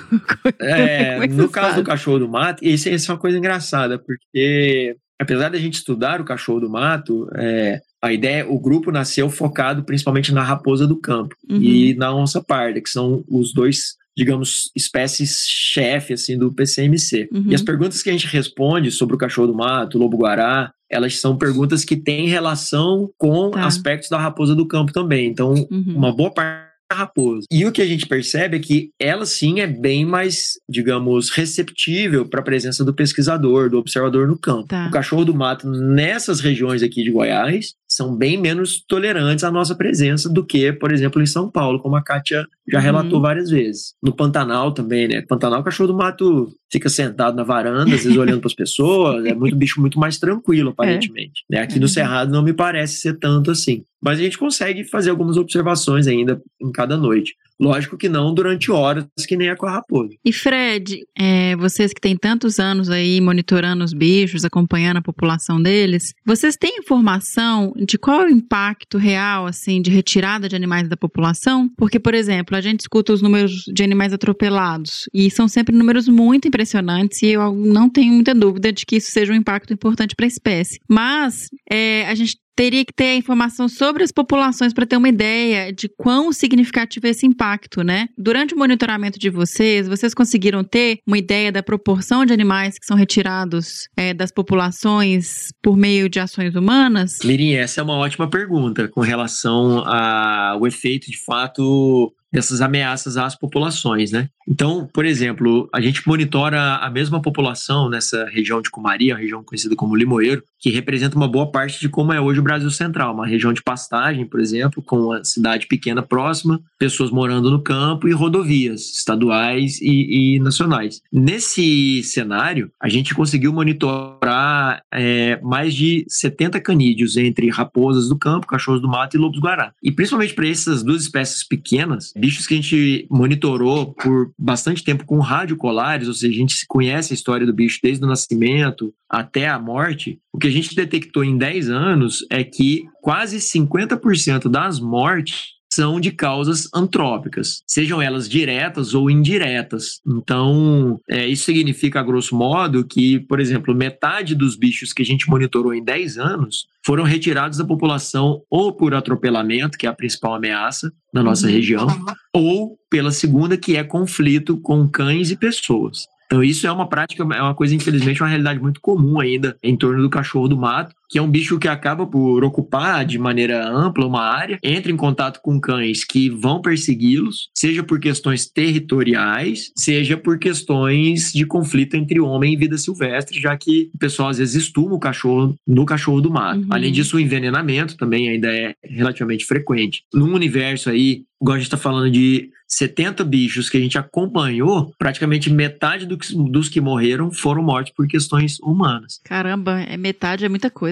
É, no caso fazem? do cachorro do mato, isso, isso é uma coisa engraçada, porque apesar da gente estudar o cachorro do mato, é, a ideia, o grupo nasceu focado principalmente na raposa do campo uhum. e na onça parda, que são os dois, digamos, espécies-chefe assim, do P C M C. Uhum. E as perguntas que a gente responde sobre o cachorro do mato, o lobo-guará, elas são perguntas que têm relação com tá. aspectos da raposa do campo também. Então, uhum. uma boa parte da raposa. E o que a gente percebe é que ela sim é bem mais, digamos, receptível para a presença do pesquisador, do observador no campo. Tá. O cachorro do mato nessas regiões aqui de Goiás são bem menos tolerantes à nossa presença do que, por exemplo, em São Paulo, como a Kátia já uhum. relatou várias vezes. No Pantanal também, né? Pantanal, o cachorro do mato fica sentado na varanda, às vezes olhando para as pessoas, é muito bicho muito mais tranquilo, aparentemente. É. Né? Aqui uhum. no Cerrado não me parece ser tanto assim. Mas a gente consegue fazer algumas observações ainda em cada noite. Lógico que não durante horas, que nem é com a raposa. E Fred, é, vocês que têm tantos anos aí monitorando os bichos, acompanhando a população deles, vocês têm informação de qual é o impacto real, assim, de retirada de animais da população? Porque, por exemplo, a gente escuta os números de animais atropelados e são sempre números muito impressionantes e eu não tenho muita dúvida de que isso seja um impacto importante para a espécie. Mas é, a gente teria que ter a informação sobre as populações para ter uma ideia de quão significativo é esse impacto, né? Durante o monitoramento de vocês, vocês conseguiram ter uma ideia da proporção de animais que são retirados é, das populações por meio de ações humanas? Mirim, essa é uma ótima pergunta com relação ao efeito, de fato, dessas ameaças às populações, né? Então, por exemplo, a gente monitora a mesma população nessa região de Cumari, a região conhecida como Limoeiro, que representa uma boa parte de como é hoje o Brasil Central, uma região de pastagem, por exemplo, com uma cidade pequena próxima, pessoas morando no campo e rodovias estaduais e, e nacionais. Nesse cenário, a gente conseguiu monitorar é, mais de setenta canídeos entre raposas do campo, cachorros do mato e lobos-guará. E principalmente para essas duas espécies pequenas, bichos que a gente monitorou por bastante tempo com radiocolares, ou seja, a gente conhece a história do bicho desde o nascimento até a morte, o que a gente detectou em dez anos é que quase cinquenta por cento das mortes são de causas antrópicas, sejam elas diretas ou indiretas. Então, é, isso significa, a grosso modo, que, por exemplo, metade dos bichos que a gente monitorou em dez anos foram retirados da população ou por atropelamento, que é a principal ameaça na nossa uhum. região, ou pela segunda, que é conflito com cães e pessoas. Então isso é uma prática, é uma coisa, infelizmente, uma realidade muito comum ainda em torno do cachorro do mato, que é um bicho que acaba por ocupar de maneira ampla uma área, entra em contato com cães que vão persegui-los, seja por questões territoriais, seja por questões de conflito entre homem e vida silvestre, já que o pessoal às vezes estuma o cachorro no cachorro do mato. Uhum. Além disso, o envenenamento também ainda é relativamente frequente. Num universo aí, igual a gente está falando de setenta bichos que a gente acompanhou, praticamente metade do que, dos que morreram foram mortos por questões humanas. Caramba, é metade, é muita coisa.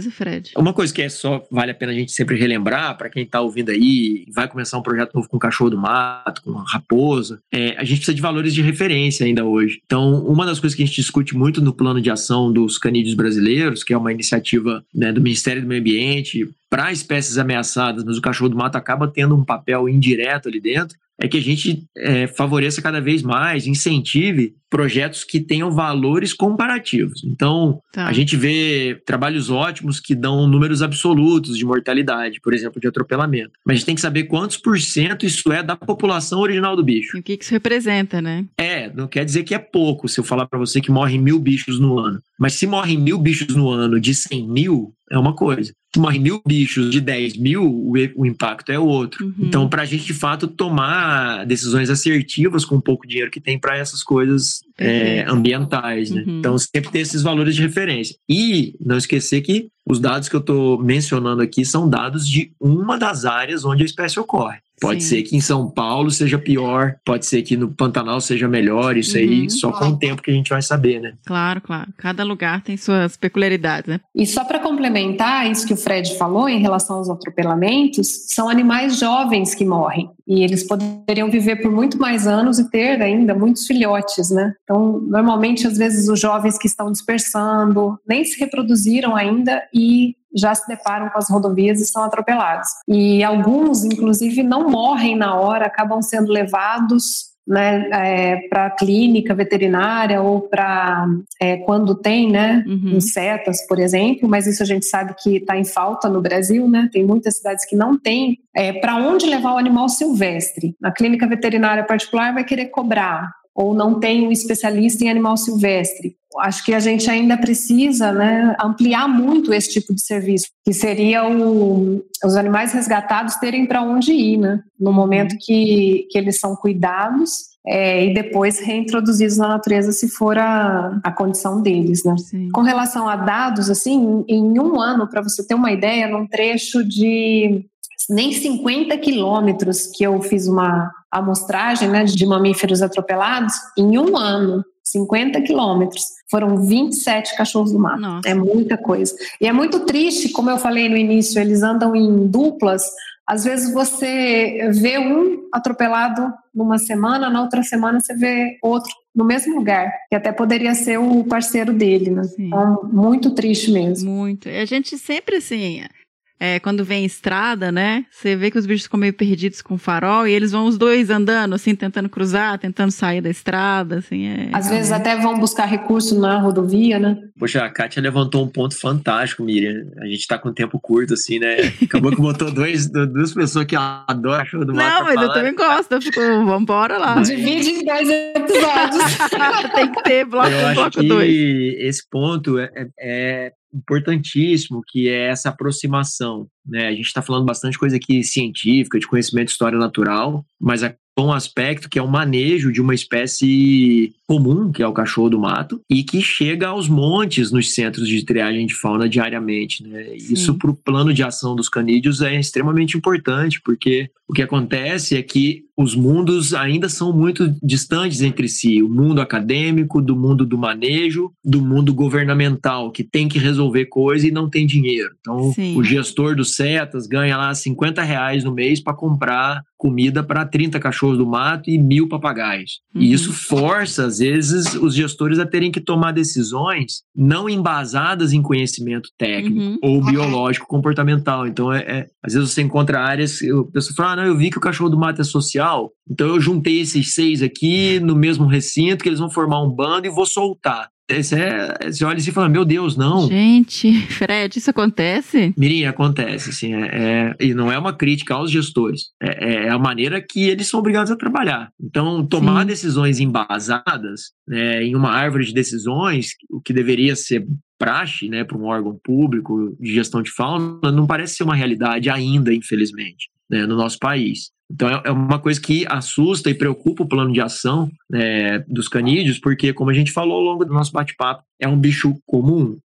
coisa, Fred? Uma coisa que é só vale a pena a gente sempre relembrar, para quem está ouvindo aí, vai começar um projeto novo com cachorro do mato, com raposa, é, a gente precisa de valores de referência ainda hoje. Então, uma das coisas que a gente discute muito no plano de ação dos canídeos brasileiros, que é uma iniciativa, né, do Ministério do Meio Ambiente para espécies ameaçadas, mas o cachorro do mato acaba tendo um papel indireto ali dentro, é que a gente é, favoreça cada vez mais, incentive projetos que tenham valores comparativos. Então, tá. a gente vê trabalhos ótimos que dão números absolutos de mortalidade, por exemplo, de atropelamento. Mas a gente tem que saber quantos por cento isso é da população original do bicho. E o que isso representa, né? É, não quer dizer que é pouco se eu falar para você que morrem mil bichos no ano. Mas se morrem mil bichos no ano de cem mil, é uma coisa. Se morrem mil bichos de dez mil, o, o impacto é outro. Uhum. Então, para a gente, de fato, tomar decisões assertivas com o pouco dinheiro que tem para essas coisas é, ambientais, né? Uhum. Então, sempre ter esses valores de referência. E não esquecer que os dados que eu estou mencionando aqui são dados de uma das áreas onde a espécie ocorre. Pode Sim. ser que em São Paulo seja pior, pode ser que no Pantanal seja melhor, isso uhum. aí só com o tempo que a gente vai saber, né? Claro, claro. Cada lugar tem suas peculiaridades, né? E só para complementar isso que o Fred falou em relação aos atropelamentos, são animais jovens que morrem. E eles poderiam viver por muito mais anos e ter ainda muitos filhotes, né? Então, normalmente, às vezes, os jovens que estão dispersando nem se reproduziram ainda e já se deparam com as rodovias e são atropelados. E alguns, inclusive, não morrem na hora, acabam sendo levados, né, é, para a clínica veterinária ou para é, quando tem, né, uhum. insetos, por exemplo, mas isso a gente sabe que está em falta no Brasil, né? Tem muitas cidades que não tem é, para onde levar o animal silvestre. Na clínica veterinária particular vai querer cobrar, ou não tem um especialista em animal silvestre. Acho que a gente ainda precisa, né, ampliar muito esse tipo de serviço, que seria o, os animais resgatados terem para onde ir, né, no momento que, que eles são cuidados é, e depois reintroduzidos na natureza, se for a, a condição deles, né. Sim. Com relação a dados, assim, em um ano, para você ter uma ideia, num trecho de nem cinquenta quilômetros que eu fiz uma amostragem, né, de mamíferos atropelados, em um ano, cinquenta quilômetros, foram vinte e sete cachorros do mato. Nossa. É muita coisa. E é muito triste, como eu falei no início, eles andam em duplas. Às vezes você vê um atropelado numa semana, na outra semana você vê outro no mesmo lugar, que até poderia ser o parceiro dele, né? Sim. Então, muito triste mesmo. Muito. E a gente sempre, assim... É, quando vem estrada, né, você vê que os bichos ficam meio perdidos com o farol e eles vão os dois andando, assim, tentando cruzar, tentando sair da estrada, assim, é... Às vezes até vão buscar recurso na rodovia, né? Poxa, a Kátia levantou um ponto fantástico, Miriam. A gente tá com tempo curto, assim, né? Acabou que botou dois, duas pessoas que adoram show do mato. Não, mas falar. Eu também gosto, eu fico, vambora lá. Divide em dois episódios. Tem que ter bloco, eu bloco acho que dois. Esse ponto é... é importantíssimo, que é essa aproximação, né? A gente está falando bastante coisa aqui científica, de conhecimento de história natural, mas há um aspecto que é o manejo de uma espécie comum, que é o cachorro do mato, e que chega aos montes nos centros de triagem de fauna diariamente, né? Isso para o plano de ação dos canídeos é extremamente importante, porque o que acontece é que os mundos ainda são muito distantes entre si, o mundo acadêmico, do mundo do manejo, do mundo governamental, que tem que resolver coisa e não tem dinheiro. Então, Sim. o gestor dos setas ganha lá cinquenta reais no mês para comprar comida para trinta cachorros do mato e mil papagaios. Uhum. E isso força, às vezes, os gestores a terem que tomar decisões não embasadas em conhecimento técnico uhum. ou biológico comportamental. Então, é, é, às vezes você encontra áreas, a pessoa fala, ah, não, eu vi que o cachorro do mato é social, então eu juntei esses seis aqui no mesmo recinto, que eles vão formar um bando e vou soltar. Você, é, você olha assim e fala, meu Deus, não. Gente, Fred, isso acontece? Mirim, acontece, assim, é, é, e não é uma crítica aos gestores, é, é a maneira que eles são obrigados a trabalhar. Então, tomar Sim. decisões embasadas, né, em uma árvore de decisões, o que deveria ser praxe, né, para um órgão público de gestão de fauna, não parece ser uma realidade ainda, infelizmente, né, no nosso país. Então é uma coisa que assusta e preocupa o plano de ação é, dos canídeos, porque, como a gente falou ao longo do nosso bate-papo, é um bicho comum? É.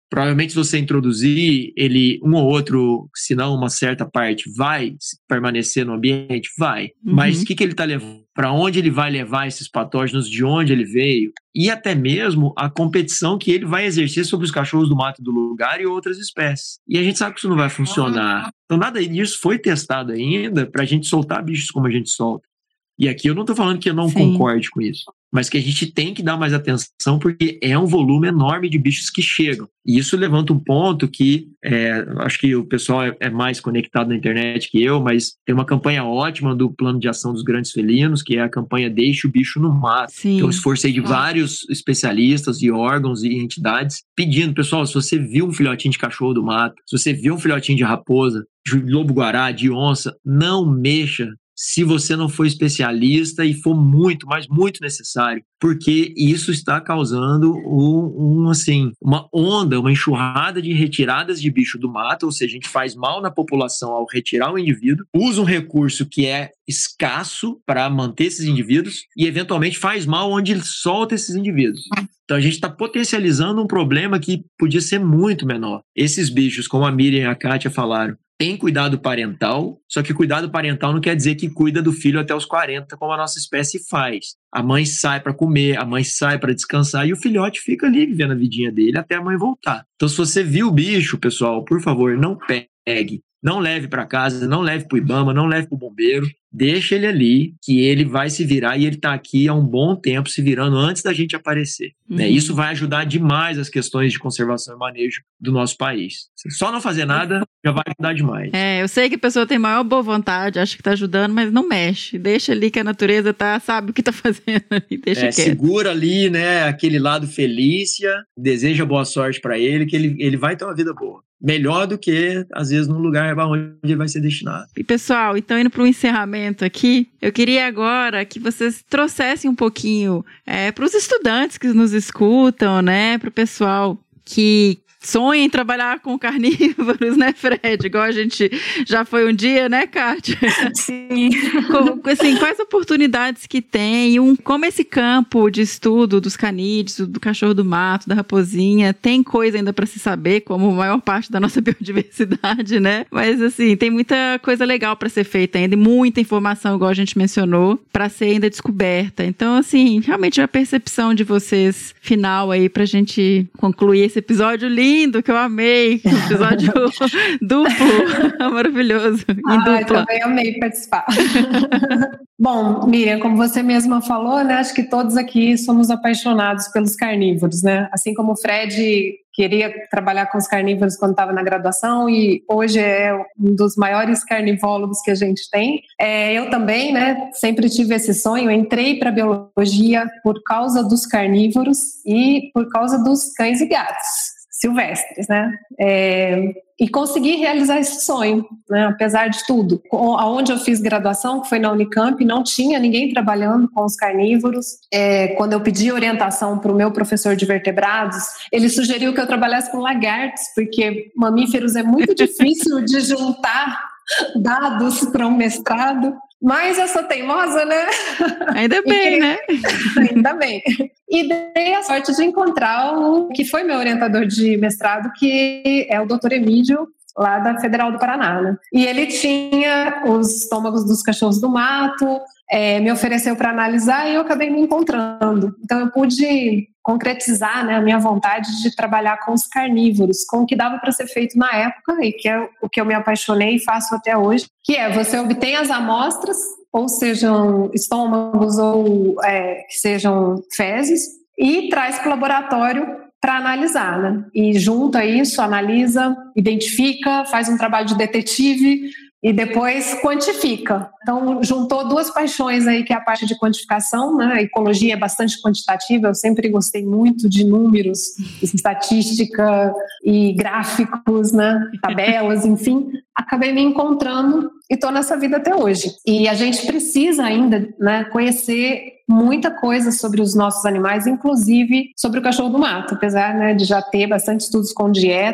Provavelmente se você introduzir ele, um ou outro, se não uma certa parte, vai permanecer no ambiente? Vai. Uhum. Mas o que, que ele está levando? Para onde ele vai levar esses patógenos, de onde ele veio? E até mesmo a competição que ele vai exercer sobre os cachorros do mato do lugar e outras espécies. E a gente sabe que isso não vai funcionar. Então nada disso foi testado ainda para a gente soltar bichos como a gente solta. E aqui eu não estou falando que eu não Sim. concorde com isso, mas que a gente tem que dar mais atenção porque é um volume enorme de bichos que chegam. E isso levanta um ponto que, é, acho que o pessoal é, é mais conectado na internet que eu, mas tem uma campanha ótima do Plano de Ação dos Grandes Felinos, que é a campanha Deixe o Bicho no Mato. Sim. Que é um esforço aí de vários especialistas e órgãos e entidades pedindo, pessoal, se você viu um filhotinho de cachorro do mato, se você viu um filhotinho de raposa, de lobo-guará, de onça, não mexa se você não for especialista e for muito, mas muito necessário, porque isso está causando um, um, assim, uma onda, uma enxurrada de retiradas de bicho do mato, ou seja, a gente faz mal na população ao retirar o indivíduo, usa um recurso que é escasso para manter esses indivíduos e, eventualmente, faz mal onde ele solta esses indivíduos. Então, a gente está potencializando um problema que podia ser muito menor. Esses bichos, como a Miriam e a Kátia falaram, tem cuidado parental, só que cuidado parental não quer dizer que cuida do filho até os quarenta, como a nossa espécie faz. A mãe sai para comer, a mãe sai para descansar e o filhote fica ali vivendo a vidinha dele até a mãe voltar. Então, se você viu o bicho, pessoal, por favor, não pegue. Não leve para casa, não leve para o Ibama, não leve para o bombeiro. Deixa ele ali, que ele vai se virar e ele está aqui há um bom tempo se virando antes da gente aparecer. Uhum. Né? Isso vai ajudar demais as questões de conservação e manejo do nosso país. Só não fazer nada já vai ajudar demais. É, eu sei que a pessoa tem maior boa vontade, acha que está ajudando, mas não mexe. Deixa ali que a natureza tá, sabe o que está fazendo ali, deixa é, quieto. Segura ali, né, aquele lado Felícia, deseja boa sorte para ele, que ele, ele vai ter uma vida boa. Melhor do que, às vezes, num lugar onde ele vai ser destinado. E, pessoal, então, indo para o encerramento aqui, eu queria agora que vocês trouxessem um pouquinho é, para os estudantes que nos escutam, né, para o pessoal que sonha em trabalhar com carnívoros, né, Fred? Igual a gente já foi um dia, né, Kátia? Sim. Com, assim, quais oportunidades que tem, um, como esse campo de estudo dos canídeos, do cachorro do mato, da raposinha, tem coisa ainda para se saber, como a maior parte da nossa biodiversidade, né? Mas, assim, tem muita coisa legal para ser feita ainda, e muita informação, igual a gente mencionou, para ser ainda descoberta. Então, assim, realmente a percepção de vocês final aí pra gente concluir esse episódio lindo, lindo, que eu amei, episódio duplo, maravilhoso, em ah, dupla. Eu também amei participar. Bom, Miriam, como você mesma falou, né, acho que todos aqui somos apaixonados pelos carnívoros, né, assim como o Fred queria trabalhar com os carnívoros quando estava na graduação e hoje é um dos maiores carnivólogos que a gente tem. É, eu também, né, sempre tive esse sonho, entrei para a biologia por causa dos carnívoros e por causa dos cães e gatos silvestres, né? É, e consegui realizar esse sonho, né? Apesar de tudo. Aonde eu fiz graduação, que foi na Unicamp, não tinha ninguém trabalhando com os carnívoros. É, quando eu pedi orientação para o meu professor de vertebrados, ele sugeriu que eu trabalhasse com lagartos, porque mamíferos é muito difícil de juntar dados para um mestrado. Mas eu sou teimosa, né? Ainda bem, e, né? Ainda bem. E dei a sorte de encontrar o que foi meu orientador de mestrado, que é o doutor Emílio, lá da Federal do Paraná, né? E ele tinha os estômagos dos cachorros do mato, é, me ofereceu para analisar e eu acabei me encontrando. Então eu pude concretizar, né, a minha vontade de trabalhar com os carnívoros, com o que dava para ser feito na época e que é o que eu me apaixonei e faço até hoje, que é você obtém as amostras, ou sejam estômagos ou é, que sejam fezes, e traz para o laboratório para analisar, né? E junta isso, analisa, identifica, faz um trabalho de detetive e depois quantifica. Então, juntou duas paixões aí, que é a parte de quantificação, né? A ecologia é bastante quantitativa, eu sempre gostei muito de números, estatística e gráficos, né? Tabelas, enfim. Acabei me encontrando e estou nessa vida até hoje. E a gente precisa ainda, né, conhecer muita coisa sobre os nossos animais, inclusive sobre o cachorro do mato, apesar, né, de já ter bastante estudos com dieta.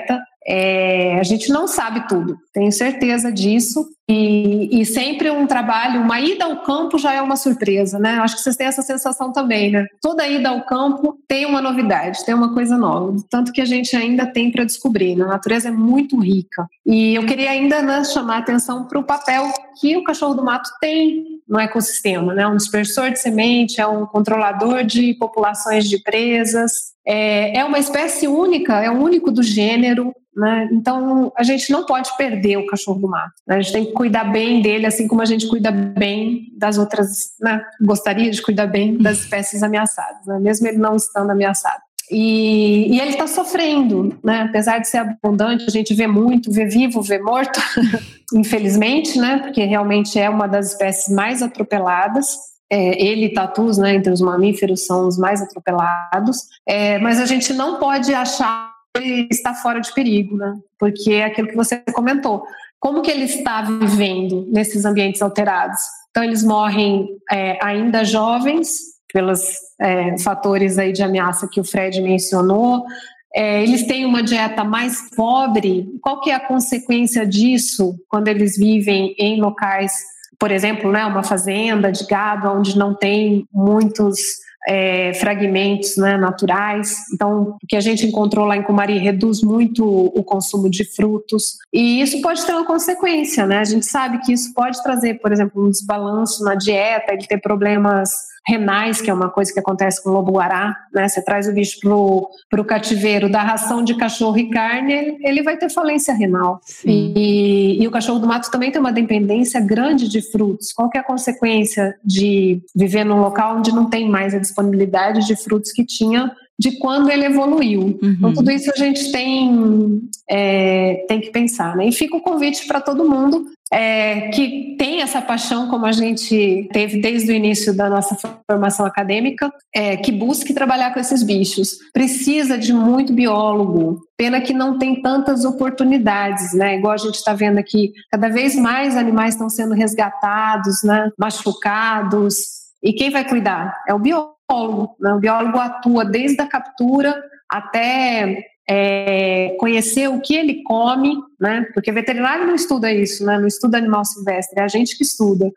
É, a gente não sabe tudo, tenho certeza disso. E, e sempre um trabalho, uma ida ao campo já é uma surpresa, né? Acho que vocês têm essa sensação também, né? Toda ida ao campo tem uma novidade, tem uma coisa nova, tanto que a gente ainda tem para descobrir, né? A natureza é muito rica. E eu queria ainda, né, chamar a atenção para o papel que o cachorro do mato tem no ecossistema, né? Um dispersor de semente, é um controlador de populações de presas, é, é uma espécie única, é o único do gênero, né? Então a gente não pode perder o cachorro do mato, né? A gente tem que cuidar bem dele, assim como a gente cuida bem das outras, né? Gostaria de cuidar bem das espécies ameaçadas, né? Mesmo ele não estando ameaçado. E, e ele está sofrendo, né? Apesar de ser abundante, a gente vê muito, vê vivo, vê morto, infelizmente, né? Porque realmente é uma das espécies mais atropeladas. É, ele e tatus, né, entre os mamíferos, são os mais atropelados. É, mas a gente não pode achar que ele está fora de perigo, né? Porque é aquilo que você comentou. Como que ele está vivendo nesses ambientes alterados? Então, eles morrem é, ainda jovens, pelos é, fatores aí de ameaça que o Fred mencionou. É, eles têm uma dieta mais pobre. Qual que é a consequência disso quando eles vivem em locais, por exemplo, né, uma fazenda de gado onde não tem muitos é, fragmentos, né, naturais? Então, o que a gente encontrou lá em Cumari reduz muito o consumo de frutos, e isso pode ter uma consequência, né? A gente sabe que isso pode trazer, por exemplo, um desbalanço na dieta, ele ter problemas renais, que é uma coisa que acontece com o lobo-guará, né? Você traz o bicho pro, pro cativeiro da ração de cachorro e carne, ele, ele vai ter falência renal. E, e o cachorro do mato também tem uma dependência grande de frutos. Qual que é a consequência de viver num local onde não tem mais a disponibilidade de frutos que tinha de quando ele evoluiu? Uhum. Então, tudo isso a gente tem, é, tem que pensar, né? E fica o convite para todo mundo é, que tem essa paixão, como a gente teve desde o início da nossa formação acadêmica, é, que busque trabalhar com esses bichos. Precisa de muito biólogo. Pena que não tem tantas oportunidades, né? Igual a gente está vendo aqui, cada vez mais animais estão sendo resgatados, né? Machucados. E quem vai cuidar? É o biólogo, né? O biólogo atua desde a captura até é, conhecer o que ele come, né? Porque veterinário não estuda isso, né? Não estuda animal silvestre, é a gente que estuda.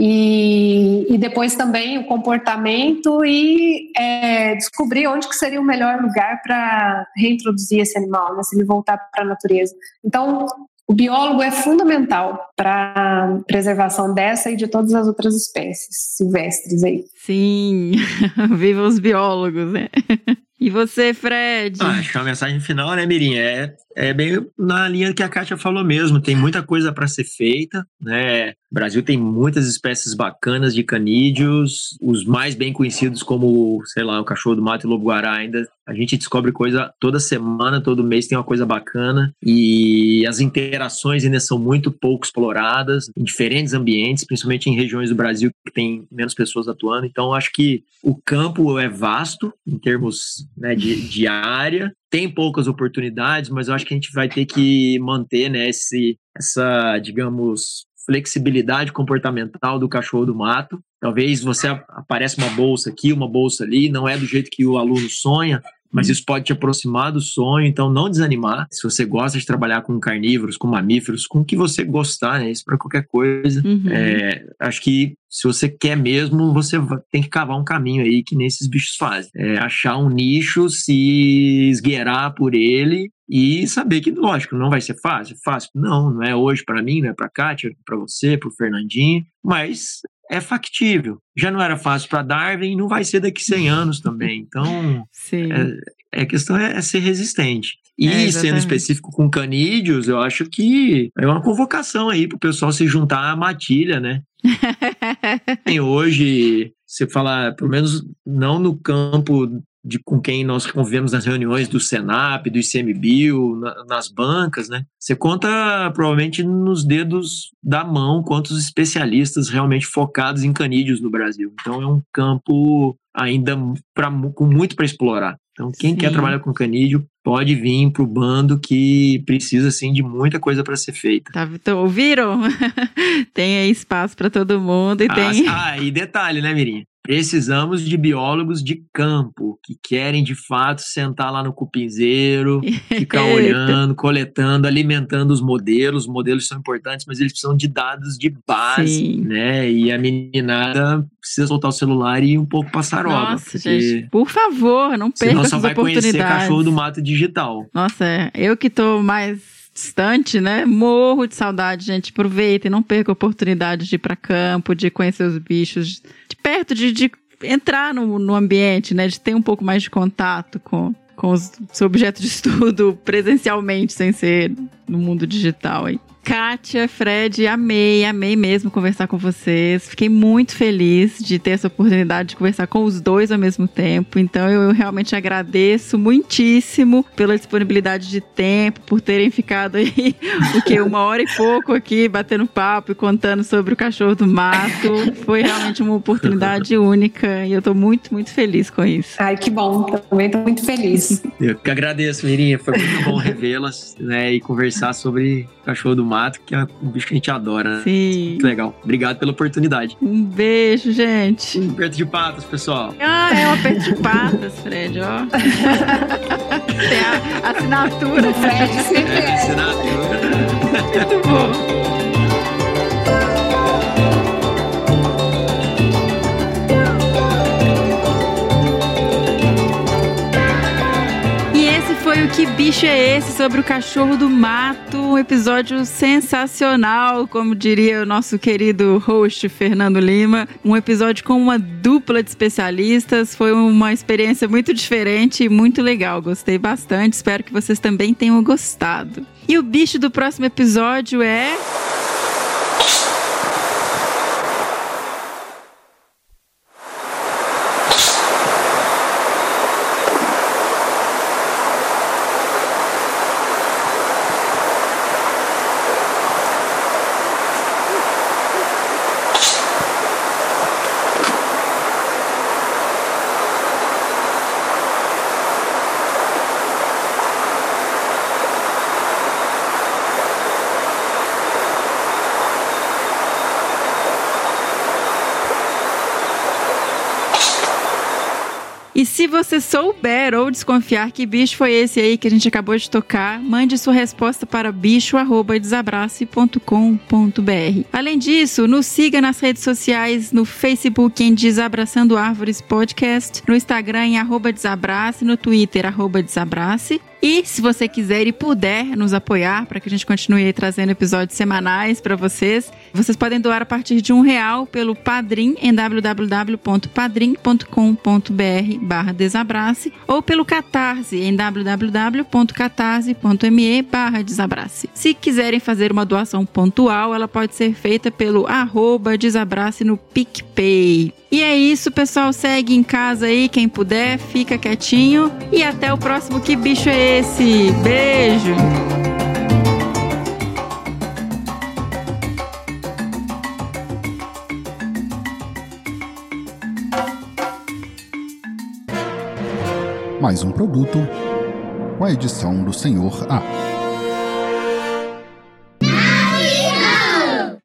E, e depois também o comportamento e é, descobrir onde que seria o melhor lugar para reintroduzir esse animal, né? Se ele voltar para a natureza. Então, o biólogo é fundamental para a preservação dessa e de todas as outras espécies silvestres aí. Sim, viva os biólogos, né? E você, Fred? Ah, acho que a mensagem final, né, Mirinha, é, é bem na linha que a Kátia falou mesmo. Tem muita coisa para ser feita, né? O Brasil tem muitas espécies bacanas de canídeos, os mais bem conhecidos como, sei lá, o cachorro do mato e o lobo-guará. Ainda a gente descobre coisa toda semana, todo mês tem uma coisa bacana, e as interações ainda são muito pouco exploradas em diferentes ambientes, principalmente em regiões do Brasil que tem menos pessoas atuando. Então, acho que o campo é vasto em termos, né, de, de área. Tem poucas oportunidades, mas eu acho que a gente vai ter que manter, né, esse, essa, digamos, flexibilidade comportamental do cachorro do mato. Talvez você apareça uma bolsa aqui, uma bolsa ali, não é do jeito que o aluno sonha, mas isso pode te aproximar do sonho, então não desanimar. Se você gosta de trabalhar com carnívoros, com mamíferos, com o que você gostar, né? Isso para qualquer coisa. Uhum. É, acho que se você quer mesmo, você tem que cavar um caminho aí que nem esses bichos fazem. É, achar um nicho, se esgueirar por ele e saber que, lógico, não vai ser fácil. Fácil? Não, não é hoje para mim, não é para Kátia, para você, para o Fernandinho, mas é factível. Já não era fácil para Darwin, não vai ser daqui a cem anos também. Então, é, a questão é, é ser resistente. E é, sendo específico com canídeos, eu acho que é uma convocação aí para o pessoal se juntar à matilha, né? Tem hoje, você fala, pelo menos não no campo de com quem nós convivemos nas reuniões do Senap, do I C M B I U, na, nas bancas, né? Você conta provavelmente nos dedos da mão quantos especialistas realmente focados em canídeos no Brasil. Então é um campo ainda pra, com muito para explorar. Então quem Sim. quer trabalhar com canídeo pode vir pro bando que precisa, assim, de muita coisa para ser feita. Tá, então, ouviram? Tem aí espaço para todo mundo e ah, tem... Ah, e detalhe, né, Mirinha? precisamos de biólogos de campo, que querem de fato sentar lá no cupinzeiro, ficar olhando, coletando, alimentando os modelos. Os modelos são importantes, mas eles precisam de dados de base, Sim. né? E a meninada precisa soltar o celular e ir um pouco passaroba. Nossa, gente, por favor, não perca essas oportunidades. Senão só vai conhecer cachorro do mato digital. Nossa, eu que tô mais distante, né? Morro de saudade, gente. Aproveitem, não perca a oportunidade de ir para campo, de conhecer os bichos de perto, de, de entrar no, no ambiente, né? De ter um pouco mais de contato com, com os, seu objeto de estudo presencialmente, sem ser no mundo digital aí. Kátia, Fred, amei, amei mesmo conversar com vocês. Fiquei muito feliz de ter essa oportunidade de conversar com os dois ao mesmo tempo. Então eu realmente agradeço muitíssimo pela disponibilidade de tempo, por terem ficado aí o que, uma hora e pouco aqui batendo papo e contando sobre o cachorro do mato. Foi realmente uma oportunidade única e eu tô muito, muito feliz com isso. Ai, que bom. Também tô muito feliz. Eu que agradeço, Mirinha. Foi muito bom revê-las, né, e conversar sobre o cachorro do mato, que é um bicho que a gente adora, né? Sim. Muito legal. Obrigado pela oportunidade. Um beijo, gente. Um aperto de patas, pessoal. Ah, é um aperto de patas, Fred, ó. Tem a assinatura. O Fred sempre é. É, assinatura. Muito bom. Foi o Que Bicho é Esse? Sobre o cachorro do mato, um episódio sensacional, como diria o nosso querido host Fernando Lima, um episódio com uma dupla de especialistas, foi uma experiência muito diferente e muito legal, gostei bastante, espero que vocês também tenham gostado. E o bicho do próximo episódio é... E se você souber ou desconfiar que bicho foi esse aí que a gente acabou de tocar, mande sua resposta para bicho arroba desabrace ponto com ponto br. Além disso, nos siga nas redes sociais, no Facebook em Desabraçando Árvores Podcast, no Instagram em arroba desabrace, no Twitter arroba desabrace. E se você quiser e puder nos apoiar para que a gente continue aí trazendo episódios semanais para vocês, vocês podem doar a partir de um real pelo Padrim em w w w ponto padrim ponto com ponto br barra desabrace ou pelo Catarse em w w w ponto catarse ponto me barra desabrace. Se quiserem fazer uma doação pontual, ela pode ser feita pelo arroba desabrace no PicPay. E é isso, pessoal. Segue em casa aí, quem puder, fica quietinho. E até o próximo Que Bicho é Esse? Beijo! Mais um produto com a edição do senhor A.